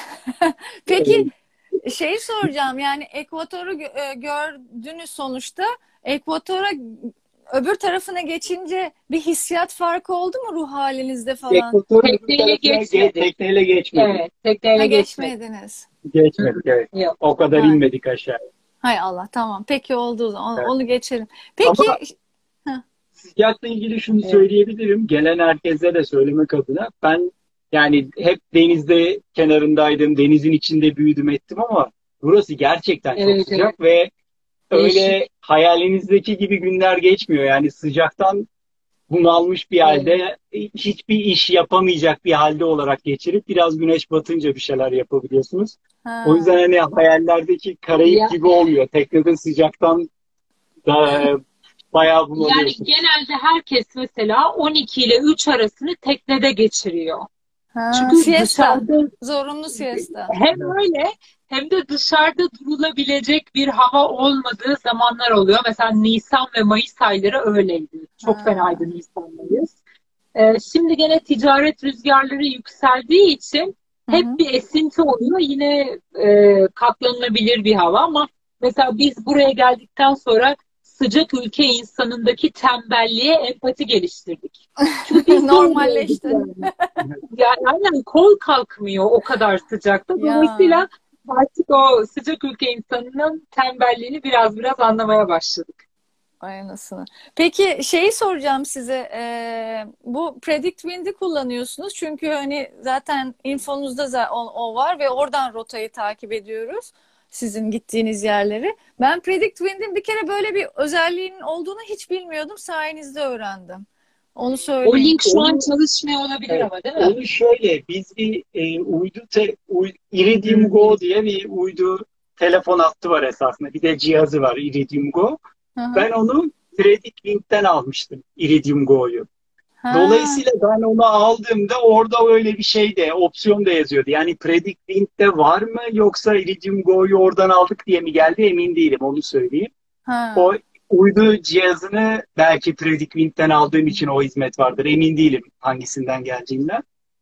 Peki şeyi soracağım, yani ekvatoru gö- e, gördünüz sonuçta. Ekvatora öbür tarafına geçince bir hissiyat farkı oldu mu ruh halinizde falan? Ekvatorun öbür Tekneyle tarafına ge- geçmedik. tekneyle geçmedik. Evet, Ha, tekneyle geçmedik. geçmediniz. Geçmedik, evet. Yok. O kadar Ha. inmedik aşağı. Hay Allah, tamam. Peki, oldu o zaman. Onu, Evet. onu geçelim. Peki Ama ha, sıcakla ilgili şunu Evet. söyleyebilirim. Gelen herkese de söylemek adına. Ben yani hep denizde kenarındaydım. Denizin içinde büyüdüm ettim ama burası gerçekten çok Evet, evet. sıcak ve Değişik. öyle hayalinizdeki gibi günler geçmiyor. Yani sıcaktan bunalmış bir halde hiçbir iş yapamayacak bir halde olarak geçirip biraz güneş batınca bir şeyler yapabiliyorsunuz. O yüzden ha, hani hayallerdeki Karayip Ya, gibi olmuyor. Teknede sıcaktan da bayağı yani bunalıyorsunuz. genelde herkes mesela on iki ile üç arasını teknede geçiriyor. ha, Çünkü siesta. dışarıda Zorunlu siesta. hem öyle hem de dışarıda durulabilecek bir hava olmadığı zamanlar oluyor. Mesela Nisan ve Mayıs ayları öyleydi. Çok Ha, fenaydı Nisan, Mayıs. Ee, şimdi gene ticaret rüzgarları yükseldiği için hı hep hı. bir esinti oluyor. Yine e, katlanılabilir bir hava ama mesela biz buraya geldikten sonra sıcak ülke insanındaki tembelliğe empati geliştirdik. Çünkü biz de öyleydik Normalleşti. yani. Yani aynen kol kalkmıyor o kadar sıcakta. Ya. Dolayısıyla artık o sıcak ülke insanının tembelliğini biraz biraz anlamaya başladık. Ay anasını. Peki şeyi soracağım size. Ee, bu Predict Wind'i kullanıyorsunuz. Çünkü hani zaten infonuzda za- o, o var ve oradan rotayı takip ediyoruz. Sizin gittiğiniz yerleri. Ben Predict Wind'in bir kere böyle bir özelliğinin olduğunu hiç bilmiyordum. Sayenizde öğrendim. Onu O söyleyeyim. link şu an Onu, çalışmıyor olabilir evet, ama değil mi? onu şöyle biz bir e, uydu te, uy, Iridium Go diye bir uydu telefon hattı var esasında. Bir de cihazı var Iridium Go. Hı hı. Ben onu Predict Wind'den almıştım Iridium Go'yu. Ha, Dolayısıyla ben onu aldığımda orada öyle bir şey de opsiyon da yazıyordu. Yani Predict Wind'de var mı yoksa Iridium Go'yu oradan aldık diye mi geldi emin değilim onu söyleyeyim. O ha. uydu cihazını belki Predict Wind'den aldığım için o hizmet vardır. Emin değilim hangisinden geldiğinden.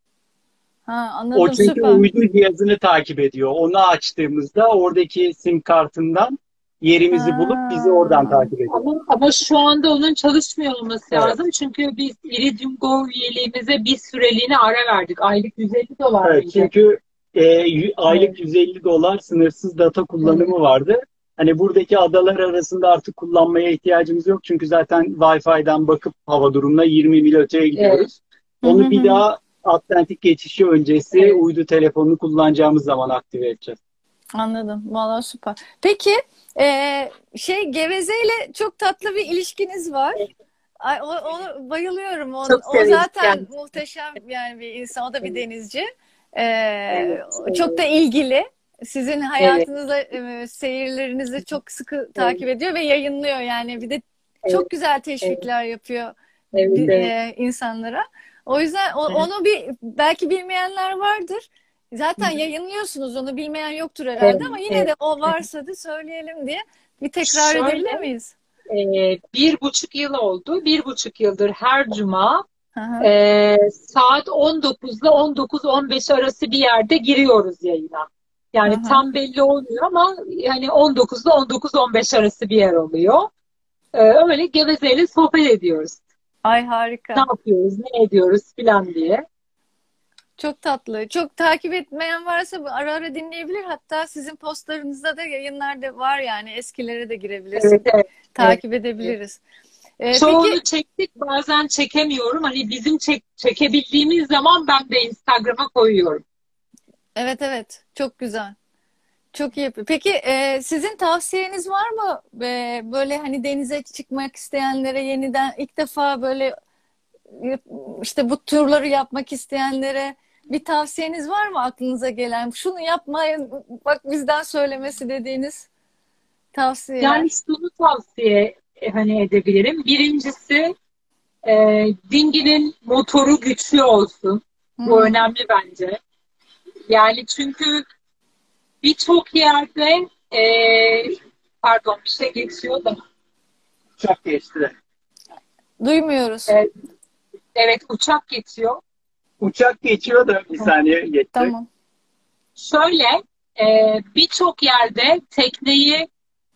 Ha, O anladım, çünkü süper. uydu cihazını takip ediyor. Onu açtığımızda oradaki sim kartından yerimizi bulup bizi oradan Ha. takip ediyor. Ama, ama şu anda onun çalışmıyor olması Evet. lazım. Çünkü biz Iridium Go üyeliğimize bir süreliğine ara verdik. Aylık yüz elli dolar Evet, mıydı? çünkü e, y- aylık Evet, yüz elli dolar sınırsız data evet, kullanımı vardı. Hani buradaki adalar arasında artık kullanmaya ihtiyacımız yok. Çünkü zaten Wi-Fi'den bakıp hava durumuna yirmi mil öteye evet, gidiyoruz. Hı hı Onu bir hı. daha Atlantik geçişi öncesi evet. uydu telefonunu kullanacağımız zaman aktive edeceğiz. Anladım. Vallahi süper. Peki eee, şey Geveze'yle çok tatlı bir ilişkiniz var. Ay, o, onu bayılıyorum. O, Çok o severiz zaten kendisini. muhteşem yani bir insan. O da bir Evet, denizci. Eee, evet, çok da evet, ilgili. Sizin evet, hayatınızla, e, seyirlerinizi çok sıkı evet, takip ediyor ve yayınlıyor. Yani bir de evet, çok güzel evet, teşvikler yapıyor evet, bi- evet. e, insanlara. O yüzden o- Evet, onu bir belki bilmeyenler vardır. Zaten evet, yayınlıyorsunuz, onu bilmeyen yoktur evet, herhalde ama yine evet. de o varsa da söyleyelim diye bir tekrar Şöyle, edebilir miyiz? e, bir buçuk yıl oldu. Bir buçuk yıldır her cuma Hı hı. e, saat on dokuz ile on dokuz on beş arası bir yerde giriyoruz yayına. Hı Yani hı. tam belli olmuyor ama yani on dokuz ile on dokuz on beş arası bir yer oluyor. E, öyle gevezeyle sohbet ediyoruz. Ay Ne harika. yapıyoruz, ne ediyoruz filan diye. Çok tatlı. Çok takip etmeyen varsa bu ara ara dinleyebilir. Hatta sizin postlarınızda da yayınlarda var, yani eskilere de girebilirsin. Evet, evet, evet, Takip evet. edebiliriz. Ee, Çoğunu peki çektik, bazen çekemiyorum. Hani bizim çek, çekebildiğimiz zaman ben de Instagram'a koyuyorum. evet evet, çok güzel. Çok iyi yapıyor. Peki e, sizin tavsiyeniz var mı? E, böyle hani denize çıkmak isteyenlere, yeniden ilk defa böyle işte bu turları yapmak isteyenlere Bir tavsiyeniz var mı aklınıza gelen? Şunu yapmayın, bak bizden söylemesi dediğiniz tavsiyeler. Yani şunu tavsiye e, hani edebilirim. Birincisi e, dinginin motoru güçlü olsun. Bu Hı. önemli bence. Yani çünkü birçok yerde e, pardon bir şey geçiyor da Uçak geçti de. Duymuyoruz. e, evet uçak geçiyor. Uçak geçiyor da bir saniye geçti. Tamam. Şöyle e, birçok yerde tekneyi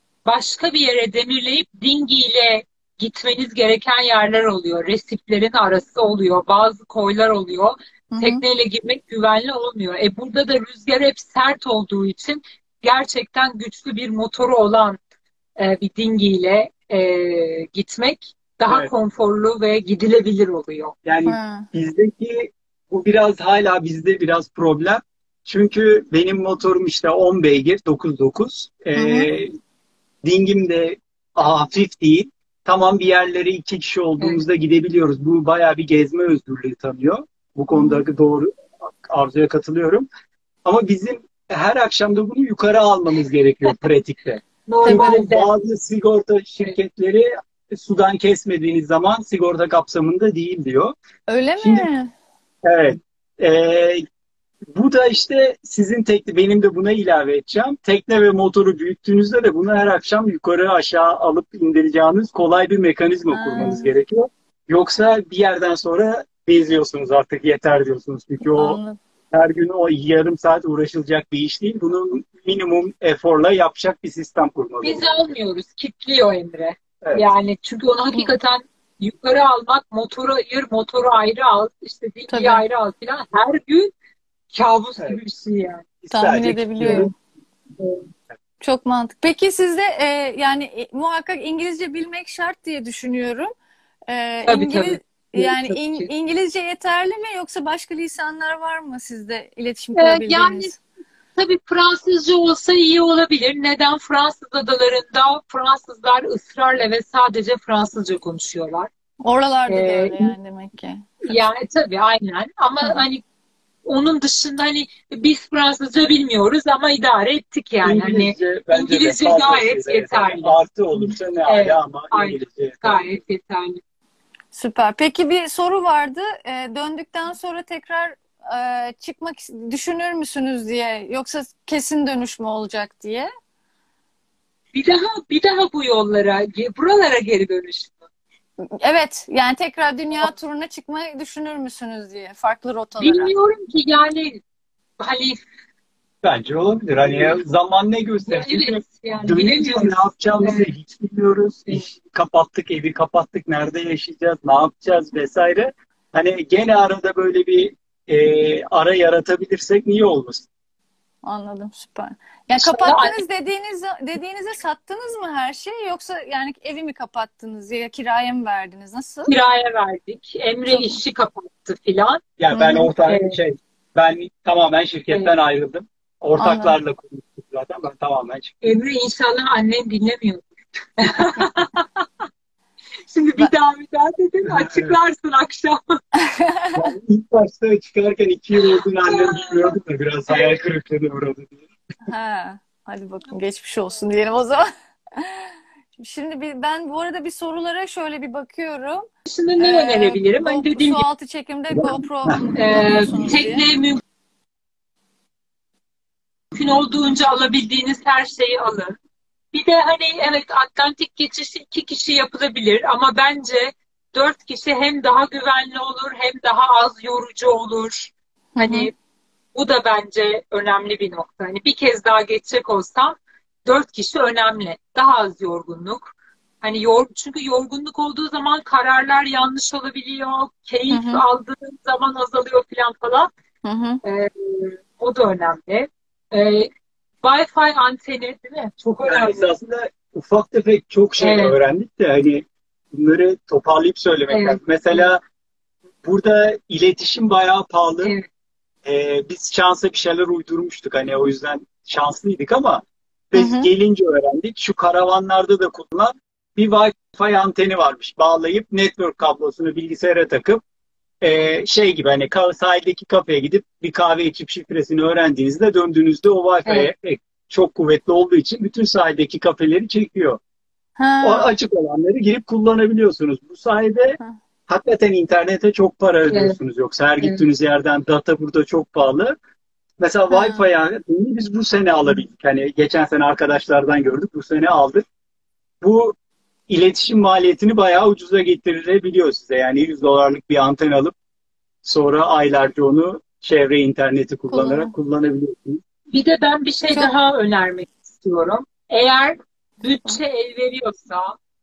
başka bir yere demirleyip dingiyle gitmeniz gereken yerler oluyor. Resiflerin arası oluyor. Bazı koylar oluyor. Hı hı. Tekneyle girmek güvenli olmuyor. E burada da rüzgar hep sert olduğu için gerçekten güçlü bir motoru olan e, bir dingiyle e, gitmek daha Evet. konforlu ve gidilebilir oluyor. Yani Ha. bizdeki bu biraz hala bizde biraz problem. Çünkü benim motorum işte on beygir dokuz nokta dokuz. Hı hı. Ee, dingim de hafif değil. Tamam bir yerlere iki kişi olduğumuzda gidebiliyoruz. Bu bayağı bir gezme özgürlüğü tanıyor. Bu Hı hı. konuda doğru. Arzu'ya katılıyorum. Ama bizim her akşam da bunu yukarı almamız gerekiyor pratikte. Çünkü Normalde bazı sigorta şirketleri sudan kesmediğiniz zaman sigorta kapsamında değil diyor. Öyle Şimdi mi? evet. Ee, bu da işte sizin tekne, benim de buna ilave edeceğim. Tekne ve motoru büyüttüğünüzde de bunu her akşam yukarı aşağı alıp indireceğiniz kolay bir mekanizma kurmanız Ha, gerekiyor. Yoksa bir yerden sonra beziyorsunuz artık yeter diyorsunuz. Çünkü o anladım. her gün o yarım saat uğraşılacak bir iş değil. Bunu minimum eforla yapacak bir sistem kurmalı. biz almıyoruz. Kitliyor Emre. Evet. Yani çünkü onu hakikaten yukarı almak, motoru ayır, motoru ayrı al, işte dingiyi Tabii. ayrı al falan her gün kabus Evet. gibi bir şey yani. Biz Tahmin sadece edebiliyorum. kilitliyoruz. Çok mantıklı. Peki sizde e, yani e, muhakkak İngilizce bilmek şart diye düşünüyorum. E, Tabii İngiliz tabii. yani Tabii İng- ki. İngilizce yeterli mi yoksa başka lisanlar var mı sizde iletişim Ee, yani kurabildiğiniz? tabii Fransızca olsa iyi olabilir. Neden? Fransız adalarında Fransızlar ısrarla ve sadece Fransızca konuşuyorlar. Oralarda da Ee, öyle yani demek ki. yani tabii aynen. Ama Hı hı. hani onun dışında hani biz Fransızca bilmiyoruz ama idare ettik yani. Hani İngilizce bence de İngilizce gayet fazlasıyla yeterli. yeterli. Artı olursa ne Evet, ala ama aynen. İngilizce yeterli. Gayet yeterli. Süper. Peki bir soru vardı. E, döndükten sonra tekrar e, çıkmak düşünür müsünüz diye yoksa kesin dönüş mü olacak diye. Bir daha bir daha bu yollara, buralara geri dönüş. Evet, yani tekrar dünya turuna çıkmayı düşünür müsünüz diye farklı rotalara. Bilmiyorum ki yani hani Bence olabilir. Hani zaman ne gösterecek? evet yani Dönünce bilemiyoruz. ne yapacağımızı Evet. hiç bilmiyoruz. Evet. İş kapattık, evi kapattık. Nerede yaşayacağız, ne yapacağız vesaire. Hani gene arada böyle bir e, ara yaratabilirsek niye olmasın? Anladım, süper. Yani Sonra kapattınız dediğiniz dediğinizde sattınız mı her şeyi yoksa yani evi mi kapattınız ya kiraya mı verdiniz? Nasıl? kiraya verdik. Emre Çok. işi kapattı filan. Yani ben Hı hı. ortak Evet. şey, ben tamamen şirketten Evet. ayrıldım. Anladım. Ortaklarla konuştuk zaten. Ben tamamen çıktım. Emre inşallah annen dinlemiyor. Şimdi bir Ben- daha bir daha dedim açıklarsın akşam. Yani ilk başta çıkarken iki yıl olduğunu annem bilmiyordu da biraz hayal kırıklığına uğradı diye. Ha, hadi bakalım geçmiş olsun diyelim o zaman. Şimdi bir, ben bu arada bir sorulara şöyle bir bakıyorum. Şimdi ne Ee, önerebilirim? Hani Go- dediğim su gibi altı çekimde GoPro e, kullanıyorsunuz diye. tekneye mümkün olduğunca alabildiğiniz her şeyi alın. Bir de hani evet Atlantik geçişi iki kişi yapılabilir ama bence dört kişi hem daha güvenli olur hem daha az yorucu olur. Hı hı. Hani bu da bence önemli bir nokta. Hani bir kez daha geçecek olsam dört kişi önemli. Daha az yorgunluk. Hani yor, çünkü yorgunluk olduğu zaman kararlar yanlış olabiliyor. Hı Keyif hı. aldığınız zaman azalıyor falan falan. Hı hı. Ee, o da önemli. Ee, Wi-Fi anteni değil mi? Çok Yani önemli. esasında ufak tefek çok şey Evet. öğrendik de hani bunları toparlayıp söylemek Evet. lazım. Mesela burada iletişim bayağı pahalı. Evet. Ee, biz şansa bir şeyler uydurmuştuk. Hani o yüzden şanslıydık ama Hı biz hı. gelince öğrendik. Şu karavanlarda da kullanılan bir Wi-Fi anteni varmış. Bağlayıp network kablosunu bilgisayara takıp Ee, şey gibi hani ka- sahildeki kafeye gidip bir kahve içip şifresini öğrendiğinizde döndüğünüzde o Evet, Wi-Fi e, çok kuvvetli olduğu için bütün sahildeki kafeleri çekiyor. O Ha. açık olanları girip kullanabiliyorsunuz. Bu sayede Ha. hakikaten internete çok para evet, ödüyorsunuz. Yoksa her evet. gittiğiniz yerden data burada çok pahalı. Mesela Ha. Wi-Fi'yi biz bu sene alabildik. Hani geçen sene arkadaşlardan gördük, bu sene aldık. Bu iletişim maliyetini bayağı ucuza getirilebiliyor size. Yani yüz dolarlık bir anten alıp sonra aylarca onu çevre interneti kullanarak Kullanın. kullanabiliyorsunuz. Bir de ben bir şey Çok. daha önermek istiyorum. Eğer bütçe el veriyorsa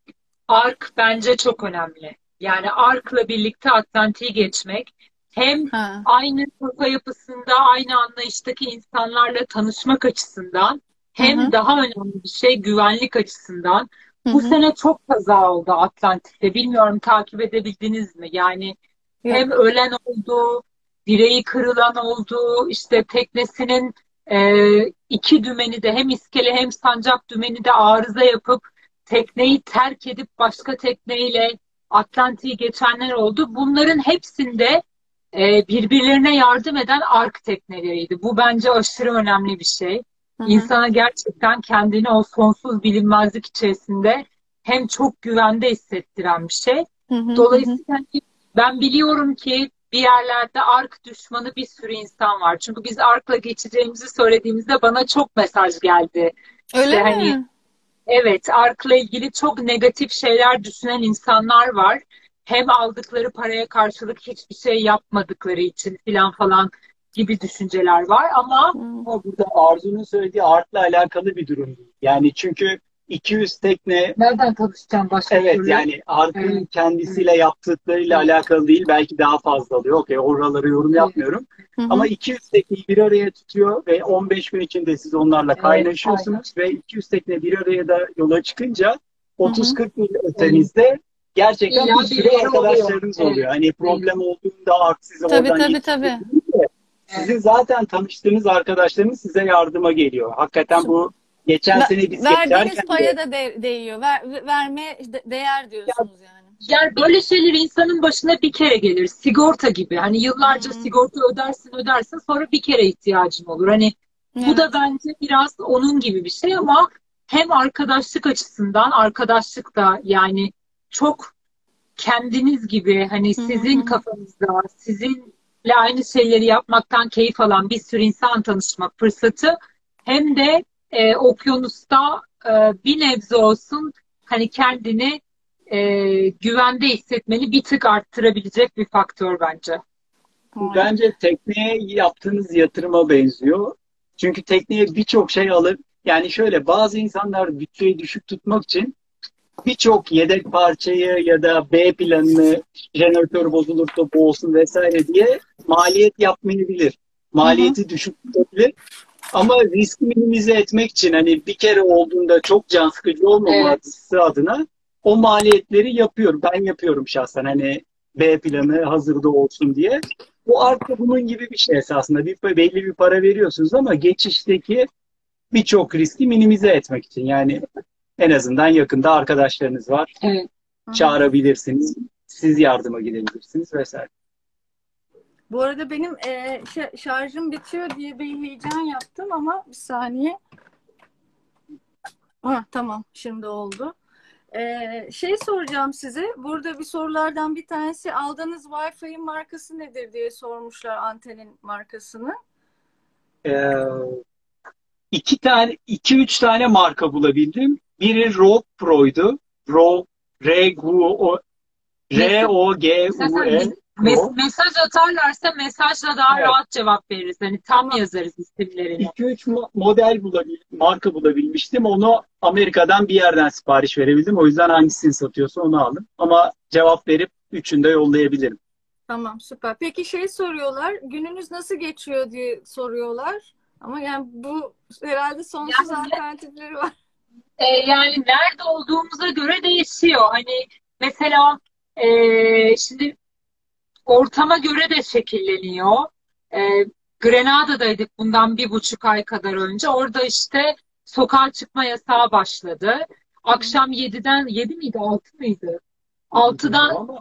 Ark bence çok önemli. Yani Ark'la birlikte Atlantik'i geçmek hem Ha. aynı kafa yapısında, aynı anlayıştaki insanlarla tanışmak açısından Hı hem hı. daha önemli bir şey güvenlik açısından. Hı Bu hı. sene çok kaza oldu Atlantik'te. Bilmiyorum takip edebildiniz mi? Yani hem Yok. ölen oldu, direği kırılan oldu, işte teknesinin e, iki dümeni de hem iskele hem sancak dümeni de arıza yapıp tekneyi terk edip başka tekneyle Atlantik'i geçenler oldu. Bunların hepsinde e, birbirlerine yardım eden ark tekneleriydi. Bu bence aşırı önemli bir şey. Hı hı. İnsana gerçekten kendini o sonsuz bilinmezlik içerisinde hem çok güvende hissettiren bir şey. Hı hı. Hı hı. Dolayısıyla hani ben biliyorum ki bir yerlerde ark düşmanı bir sürü insan var. Çünkü biz arkla geçeceğimizi söylediğimizde bana çok mesaj geldi. İşte Öyle hani mi? evet, Ark'la ilgili çok negatif şeyler düşünen insanlar var. Hem aldıkları paraya karşılık hiçbir şey yapmadıkları için filan falan gibi düşünceler var. Ama Hı. Ama burada Arzu'nun söylediği artla alakalı bir durum değil. Yani çünkü iki yüz tekne. nereden tanışacağım başka Evet, türlü? yani Ark'ın Evet, evet, kendisiyle yaptıklarıyla evet, alakalı değil. Belki daha fazla alıyor. Okey, oralara yorum evet, yapmıyorum. Hı Ama hı. iki yüz tekneyi bir araya tutuyor ve on beş gün içinde siz onlarla evet, aynen. kaynaşıyorsunuz ve iki yüz tekne bir araya da yola çıkınca Hı hı. otuz kırk mil Evet. ötenizde gerçekten bir İlla sürü birileri oluyor. arkadaşlarınız Evet, oluyor. Hani evet, problem olduğunda Ark sizi Tabii oradan tabii yetiştiriyor tabii. de evet. sizin zaten tanıştığınız arkadaşlarınız size yardıma geliyor. Hakikaten Süper. bu geçen Ve- sene biz verdiğiniz geçerken de paya da de- değiyor. Ver- vermeye de- değer diyorsunuz yani. Yani böyle şeyler insanın başına bir kere gelir. Sigorta gibi. Hani yıllarca Hmm. sigorta ödersin ödersin sonra bir kere ihtiyacın olur. Hani bu da Evet. bence biraz onun gibi bir şey ama hem arkadaşlık açısından arkadaşlık da yani çok kendiniz gibi hani Hı hı sizin hı. kafanızda sizinle aynı şeyleri yapmaktan keyif alan bir sürü insan tanışmak fırsatı hem de e, okyanusta e, bir nebze olsun hani kendini e, güvende hissetmeni bir tık arttırabilecek bir faktör bence. Bu Harika. bence tekneye yaptığınız yatırıma benziyor. Çünkü tekneye birçok şey alıp yani şöyle bazı insanlar bütçeyi düşük tutmak için birçok yedek parçayı ya da B planını jeneratör bozulursa bu olsun vesaire diye maliyet yapmayabilir. Hı hı. Maliyeti düşük tutabilir. Ama riski minimize etmek için hani bir kere olduğunda çok can sıkıcı Evet. olmaması adına o maliyetleri yapıyorum. Ben yapıyorum şahsen hani B planı hazırda olsun diye. Bu arka bunun gibi bir şey esasında. Bir, belli bir para veriyorsunuz ama geçişteki birçok riski minimize etmek için. Yani en azından yakında arkadaşlarınız var. Evet. Hı hı. Çağırabilirsiniz. Siz yardıma gidebilirsiniz vesaire. Bu arada benim e, şa- şarjım bitiyor diye bir heyecan yaptım ama bir saniye. Ha, tamam, şimdi oldu. Ee, şey soracağım size. Burada bir sorulardan bir tanesi aldığınız Wi-Fi'nin markası nedir diye sormuşlar, antenin markasını. Ee, iki tane, iki üç tane marka bulabildim. Biri Rogue Pro'ydu. Rogue, R-G-U-O, Mesaj, R-O-G-U-E mes- Pro. mesaj atarlarsa mesajla daha Evet. rahat cevap veririz. Hani tam Tamam. yazarız isimlerini. iki üç model bulabil, marka bulabilmiştim. Onu Amerika'dan bir yerden sipariş verebildim. O yüzden hangisini satıyorsa onu aldım. Ama cevap verip üçünü de yollayabilirim. Tamam, süper. Peki şey soruyorlar. Gününüz nasıl geçiyor diye soruyorlar. Ama yani bu herhalde sonsuz Yani, alternatifleri var. e, yani nerede olduğumuza göre değişiyor. Hani mesela e, şimdi ortama göre de şekilleniyor. E, Grenada'daydık bundan bir buçuk ay kadar önce. Orada işte sokağa çıkma yasağı başladı. Hı hı. Akşam yediden yedi miydi altı mıydı? Bilmiyorum altıdan ama.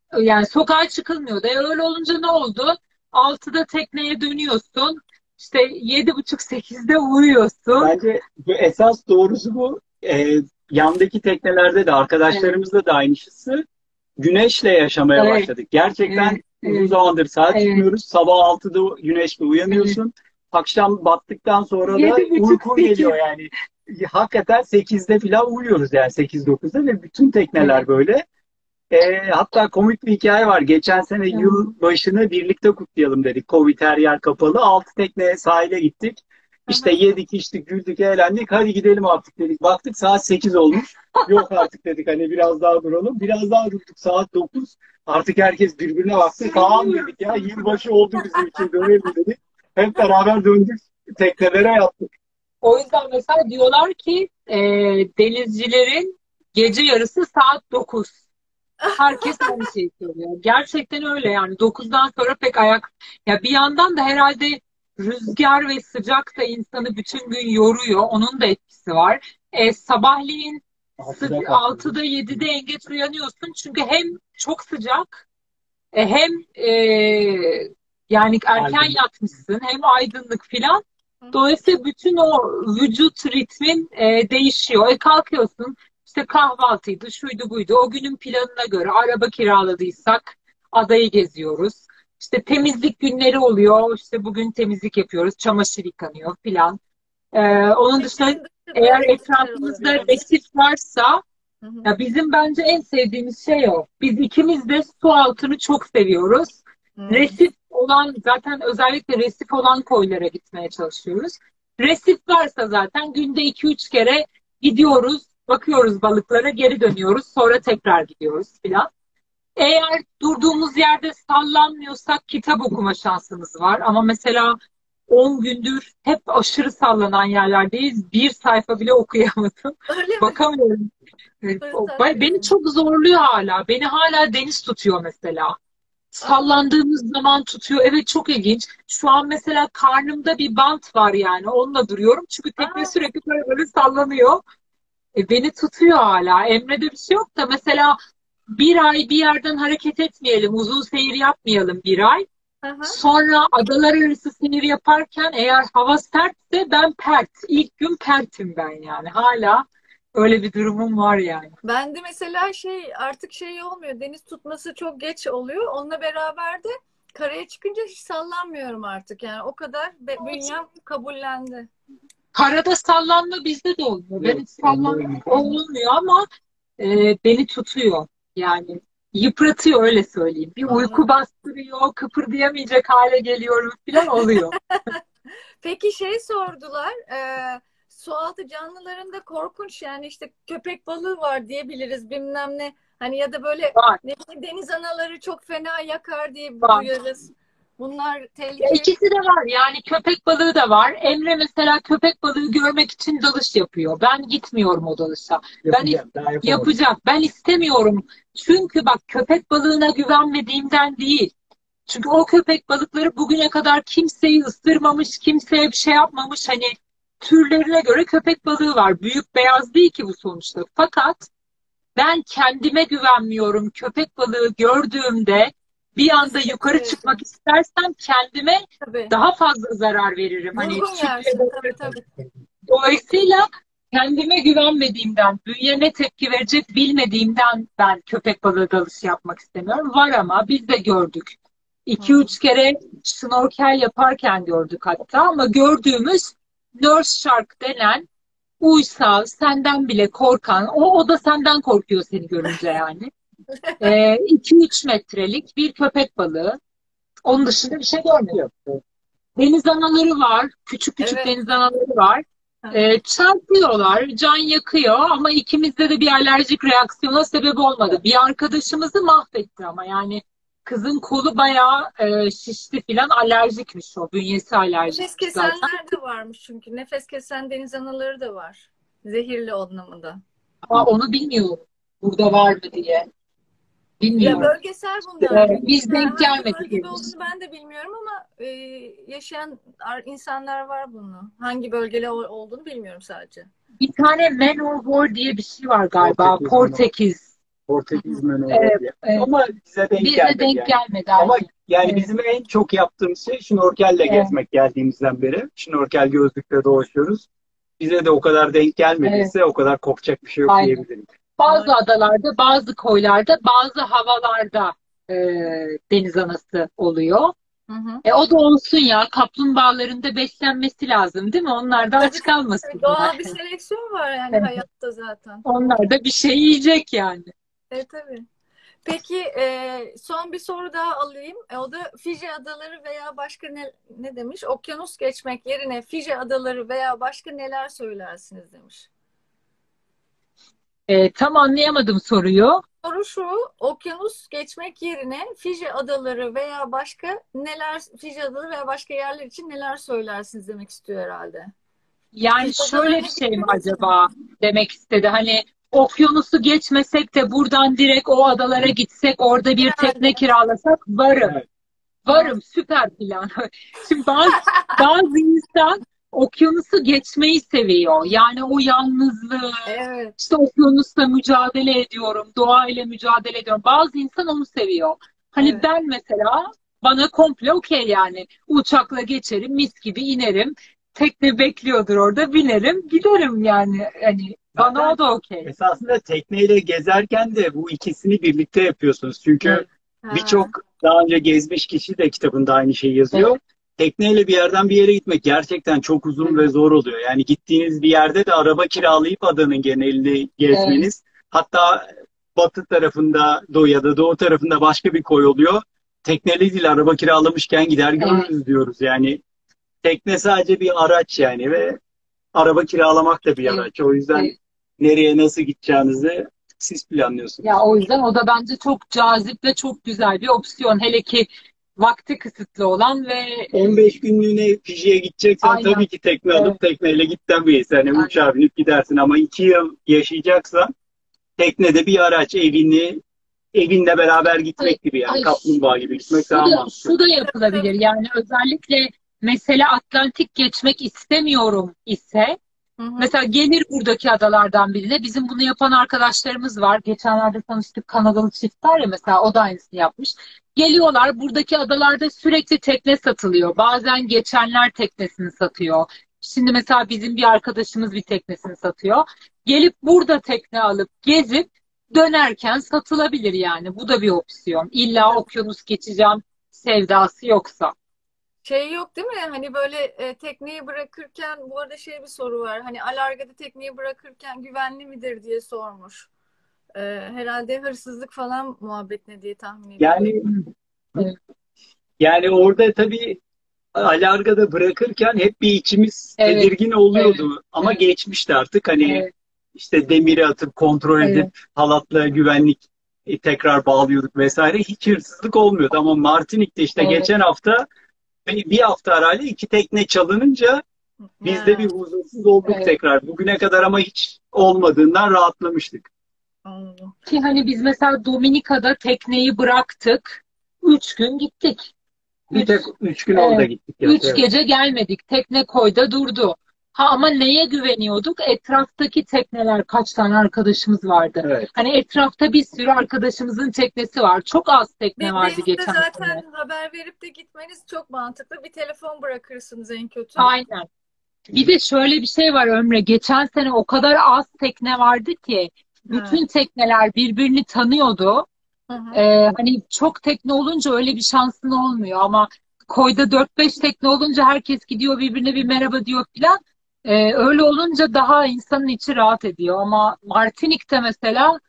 Yani sokağa çıkılmıyordu. E öyle olunca ne oldu? Altıda tekneye dönüyorsun. İşte yedi buçuk sekizde uyuyorsun. Bence bu esas doğrusu bu. Ee, yandaki teknelerde de arkadaşlarımızda da aynısı. Güneşle yaşamaya Evet, başladık. Gerçekten evet, uzun evet, zamandır saat evet, tutmuyoruz. Sabah altıda güneşle evet. uyanıyorsun. Akşam battıktan sonra da Yedi buçuk uyku sekiz. geliyor yani. Hakikaten sekizde falan uyuyoruz yani sekiz dokuzda ve bütün tekneler Evet. böyle. Ee, hatta komik bir hikaye var. Geçen sene Hı. yılbaşını birlikte kutlayalım dedik. Covid her yer kapalı. Altı tekneye sahile gittik. Hı İşte hı. yedik, içtik, güldük, eğlendik. Hadi gidelim artık dedik. Baktık saat sekiz olmuş. Yok artık dedik hani biraz daha duralım. Biraz daha durduk saat dokuz. Artık herkes birbirine baktı. Tamam dedik ya yılbaşı oldu bizim için dönelim dedik. Hep beraber döndük. Teknelere yattık. O yüzden mesela diyorlar ki e, denizcilerin gece yarısı saat dokuz. Herkes aynı şeyi söylüyor. Gerçekten öyle yani. Dokuzdan sonra pek ayak... Ya bir yandan da herhalde rüzgar ve sıcak da insanı bütün gün yoruyor. Onun da etkisi var. E, sabahleyin Altıda kalktık. altıda yedide en geç uyanıyorsun. Çünkü hem çok sıcak e, hem e, yani erken Aydın. yatmışsın hem aydınlık filan. Dolayısıyla bütün o vücut ritmin e, değişiyor. E kalkıyorsun işte kahvaltıydı, şuydu buydu. O günün planına göre araba kiraladıysak adayı geziyoruz. İşte temizlik günleri oluyor. İşte bugün temizlik yapıyoruz. Çamaşır yıkanıyor filan. E, onun dışında Teknenin dışında eğer aktiviteler etrafımızda olabilir mi? resif varsa Hı hı. ya bizim bence en sevdiğimiz şey o. Biz ikimiz de su altını çok seviyoruz. Hı. Resif olan zaten özellikle resif olan koylara gitmeye çalışıyoruz. Resif varsa zaten günde iki üç kere gidiyoruz, bakıyoruz balıklara, geri dönüyoruz, sonra tekrar gidiyoruz filan. Eğer durduğumuz yerde sallanmıyorsak kitap okuma şansımız var. Ama mesela on gündür hep aşırı sallanan yerlerdeyiz. Bir sayfa bile okuyamadım. Öyle mi? Bakamıyorum. Evet, o- Fırsat Beni değil. çok zorluyor hala. Beni hala deniz tutuyor mesela. Allah. Sallandığımız zaman tutuyor. Evet çok ilginç. Şu an mesela karnımda bir bant var yani. Onunla duruyorum. Çünkü tekne Aa, sürekli böyle, böyle sallanıyor. E, beni tutuyor hala. Emre'de bir şey yok da mesela bir ay bir yerden hareket etmeyelim. Uzun seyir yapmayalım bir ay. hı hı. Sonra adalar arası seyir yaparken eğer hava sertse ben pert. İlk gün pertim ben yani. Hala öyle bir durumum var yani. Ben de mesela şey artık şey olmuyor. Deniz tutması çok geç oluyor. Onunla beraber de karaya çıkınca hiç sallanmıyorum artık. Yani o kadar be- bünyem kabullendi. Karada sallanma bizde de olmuyor. Ben hiç sallanma olmuyor ama e, beni tutuyor. Yani yıpratıyor öyle söyleyeyim. Bir uyku Anladım. bastırıyor, kıpırdayamayacak hale geliyorum falan oluyor. Peki şey sordular. E, sualtı canlılarında korkunç yani işte köpek balığı var diyebiliriz bilmem ne. Hani ya da böyle Var, ne bileyim, deniz anaları çok fena yakar diye var. duyarız. Bunlar Ya tehlikeli. ikisi de var. Yani köpek balığı da var. Emre mesela köpek balığı görmek için dalış yapıyor. Ben gitmiyorum o dalışa. Ben is- Yapacağım. Daha yapamadım. yapacak. Ben istemiyorum. Çünkü bak köpek balığına güvenmediğimden değil. Çünkü o köpek balıkları bugüne kadar kimseyi ısırmamış, kimseye bir şey yapmamış. Hani türlerine göre köpek balığı var. Büyük beyaz değil ki bu sonuçta. Fakat ben kendime güvenmiyorum. Köpek balığı gördüğümde bir anda yukarı Evet, çıkmak istersem kendime tabii. daha fazla zarar veririm. Hani Vurgun tüple yersin tabii tabii. dolayısıyla kendime güvenmediğimden, bünyeme tepki verecek bilmediğimden ben köpek balığı dalışı yapmak istemiyorum. Var ama biz de gördük. İki Hı. üç kere snorkel yaparken gördük hatta ama gördüğümüz nurse shark denen uysal, senden bile korkan, o, o da senden korkuyor seni görünce yani. Ee, iki üç metrelik bir köpek balığı. Onun dışında bir şey görmüyor. Deniz anaları var. Küçük küçük Evet. deniz anaları var. Hı. Ee, çarpıyorlar, can yakıyor ama ikimizde de bir alerjik reaksiyona sebep olmadı. Bir arkadaşımızı mahvetti ama yani kızın kolu bayağı e, şişti filan, alerjikmiş o. Bünyesi Nefes alerjikmiş zaten. kesenler de varmış çünkü. Nefes kesen deniz anaları da var. Zehirli anlamında. Ama onu bilmiyorum. Burada var mı diye. Ya Bilmiyorum. bölgesel bunlar. Ee, biz Ha, denk hangi gelmedik bölgede henüz. olduğunu ben de bilmiyorum ama e, yaşayan ar- insanlar var bunu. Hangi bölgede ol- olduğunu bilmiyorum sadece. Bir tane Man or War diye bir şey var galiba. Portekiz. Portekiz Portekiz mi ne olur Evet, diye. evet. Ama bize denk Bize gelmedi denk yani. gelmedi Ama aynen. yani Evet, bizim en çok yaptığımız şey şnorkelle evet, gezmek geldiğimizden beri. Şnorkel gözlükle dolaşıyoruz. Bize de o kadar denk evet, gelmediyse o kadar korkacak bir şey yok aynen. diyebilirim. Bazı adalarda, bazı koylarda, bazı havalarda e, deniz anası oluyor. Hı hı. E o da olsun ya. Kaplumbağaların da beslenmesi lazım, değil mi? Onlar da Tabii aç tabii, doğal kalmasınlar. bir seleksiyon var yani Evet. hayatta zaten. Onlar da bir şey yiyecek yani. E tabii. Peki e, son bir soru daha alayım. E, o da Fiji adaları veya başka ne, ne demiş? Okyanus geçmek yerine Fiji adaları veya başka neler söylersiniz demiş. E, tam anlayamadım soruyu. Soru şu, okyanus geçmek yerine Fiji adaları veya başka neler, Fiji adaları veya başka yerler için neler söylersiniz demek istiyor herhalde. Yani Fiji şöyle adalarına bir şey mi gittiniz mi? acaba demek istedi. Hani okyanusu geçmesek de buradan direkt o adalara gitsek, orada bir tekne Herhalde. kiralasak varım. Evet. Ha, Varım, süper plan. Şimdi bazı, bazı insan okyanusu geçmeyi seviyor. Yani o yalnızlığı, evet, işte okyanusla mücadele ediyorum, doğayla mücadele ediyorum. Bazı insan onu seviyor. Hani evet. ben mesela bana komple okey yani. Uçakla geçerim, mis gibi inerim. Tekne bekliyordur orada, binerim, giderim yani. Hani bana Zaten o da okey. esasında tekneyle gezerken de bu ikisini birlikte yapıyorsunuz. Çünkü Evet, Ha, birçok daha önce gezmiş kişi de kitabında aynı şeyi evet, yazıyor. Tekneyle bir yerden bir yere gitmek gerçekten çok uzun ve evet, zor oluyor. Yani gittiğiniz bir yerde de araba kiralayıp adanın genelini evet, gezmeniz. Hatta batı tarafında doğu ya da doğu tarafında başka bir koy oluyor. Tekneyle değil araba kiralamışken gider evet, görürüz diyoruz. Yani tekne sadece bir araç yani ve araba kiralamak da bir evet, araç. O yüzden evet. nereye nasıl gideceğinizi siz Ya planlıyorsunuz. o yüzden o da bence çok cazip ve çok güzel bir opsiyon. Hele ki vakti kısıtlı olan ve on beş günlüğüne Fiji'ye gideceksen tabii aynen, ki tekne evet, alıp tekneyle git demeyiz. Hani aynen. uçağa binip gidersin ama iki yıl yaşayacaksan teknede bir araç evini evinle beraber Ay, gitmek gibi yani ay, kaplumbağa gibi gitmek şu daha da mantıklı. şu da tabii tabii. yapılabilir. Yani özellikle mesela Atlantik geçmek istemiyorum ise Hı hı. mesela gelir buradaki adalardan birine. Bizim bunu yapan arkadaşlarımız var. Geçenlerde tanıştık, Kanadalı çift var ya mesela, o da aynısını yapmış. Geliyorlar, buradaki adalarda sürekli tekne satılıyor. Bazen geçenler teknesini satıyor. Şimdi mesela bizim bir arkadaşımız bir teknesini satıyor. Gelip burada tekne alıp gezip dönerken satılabilir yani. Bu da bir opsiyon. İlla okyanus geçeceğim sevdası yoksa. Şey yok değil mi? Hani böyle e, tekneyi bırakırken bu arada şey bir soru var. Hani Alarga'da tekneyi bırakırken güvenli midir diye sormuş. E, herhalde hırsızlık falan muhabbet ne diye tahmin ediyorum. Yani Evet, yani orada tabii Alarga'da bırakırken hep bir içimiz evet, tedirgin evet, oluyordu. Ama evet, geçmişti artık hani evet, işte demiri atıp kontrol edip evet, halatla güvenlik e, tekrar bağlıyorduk vesaire. Hiç hırsızlık olmuyordu. Ama Martinik'te işte evet. geçen hafta bir bir hafta arayla iki tekne çalınınca biz de bir Ha, huzursuz olduk Evet. tekrar. Bugüne kadar ama hiç olmadığından rahatlamıştık. anladım. Ki hani biz mesela Dominika'da tekneyi bıraktık. Üç gün gittik. Bir Üç, tek üç gün orada evet, gittik. Evet, üç evet. gece gelmedik. Tekne koyda durdu. Ha ama neye güveniyorduk? Etraftaki tekneler, kaç tane arkadaşımız vardı. Evet. Hani etrafta bir sürü arkadaşımızın teknesi var. Çok az tekne Bir, vardı birlikte geçen sene. zaten haber verip de gitmeniz çok mantıklı. Bir telefon bırakırsınız en kötü. Aynen. Bir de şöyle bir şey var Ömre. Geçen sene o kadar az tekne vardı ki Ha. bütün tekneler birbirini tanıyordu. Hı hı. Ee, hani çok tekne olunca öyle bir şansın olmuyor ama koyda dört beş tekne olunca herkes gidiyor birbirine bir merhaba diyor filan. Ee, öyle olunca daha insanın içi rahat ediyor ama Martinik'te mesela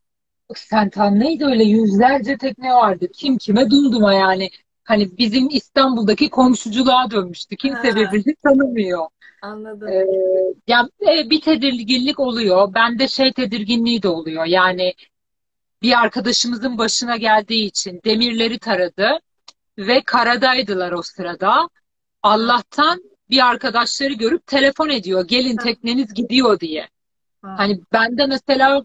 Sentan neydi, öyle yüzlerce tekne vardı. Kim kime dumduma yani. Hani bizim İstanbul'daki komşuculuğa dönmüştü. Kimse Ha, birbirini tanımıyor. anladım. Ee, ya evet, bir tedirginlik oluyor. Bende şey tedirginliği de oluyor. Yani bir arkadaşımızın başına geldiği için demirleri taradı ve karadaydılar o sırada. Ha, Allah'tan bir arkadaşları görüp telefon ediyor. Gelin ha, tekneniz gidiyor diye. ha. Hani ben de mesela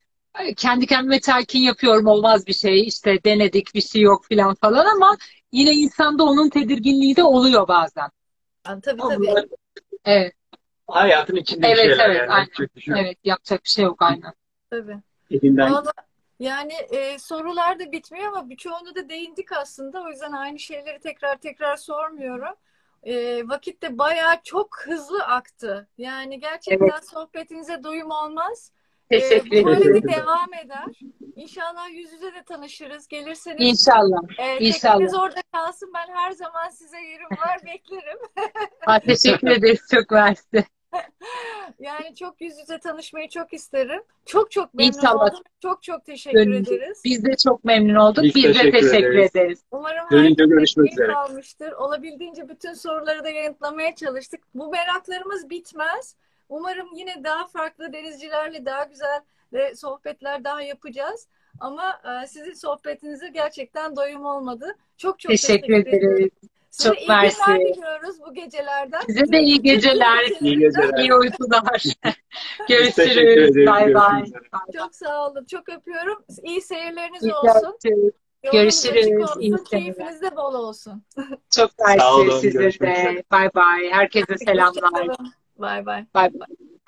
kendi kendime telkin yapıyorum, olmaz bir şey işte, denedik bir şey yok falan falan ama yine insanda onun tedirginliği de oluyor bazen. Ha, tabii Ama tabii. bunlar Evet, hayatın içindeki evet, şeyler evet, yani. aynen. Yapacak bir şey yok. Evet, yapacak bir şey yok, aynen. Tabii. Elinden Vallahi Yani e, sorular da bitmiyor ama birçoğuna da değindik aslında. O yüzden aynı şeyleri tekrar tekrar sormuyorum. E, vakit de bayağı çok hızlı aktı. Yani gerçekten Evet, sohbetinize doyum olmaz. E, bu teşekkür böyle ederim. de devam eder. İnşallah yüz yüze de tanışırız. Gelirseniz İnşallah, e, inşallah. tekneniz orada kalsın. Ben her zaman size yerim var, beklerim. Ha, teşekkür ederiz, çok mersi. Yani çok yüz yüze tanışmayı çok isterim. Çok çok memnun İnşallah oldum. Çok çok teşekkür dönünce. ederiz. Biz de çok memnun olduk. Biz Biz de teşekkür teşekkür ederiz. ederiz. Umarım Dönünce herkes görüşmek keyif üzere. almıştır. Olabildiğince bütün soruları da yanıtlamaya çalıştık. Bu meraklarımız bitmez. Umarım yine daha farklı denizcilerle daha güzel ve sohbetler daha yapacağız. Ama e, sizin sohbetinize gerçekten doyum olmadı. Çok çok Teşekkür teşekkür ederim. ederiz. Size Çok iyi günler mersi. diliyoruz bu gecelerden. Size de iyi Türkiye geceler, İyi gecesinden. geceler. iyi uykular. Biz teşekkür Görüşürüz. ederiz. Bay bay. Görüşmek üzere. Çok sağ olun. Çok öpüyorum. İyi seyirleriniz İyi olsun. görüşürüz. Yolunuz açık Görüşürüz. İyi olsun. seneler. Keyfiniz de bol olsun. Çok Sağ mersi olun. size Görüşmek üzere. de. Bay bay. Herkese selamlar. Hoşçakalın. Bay bay. Bay bay.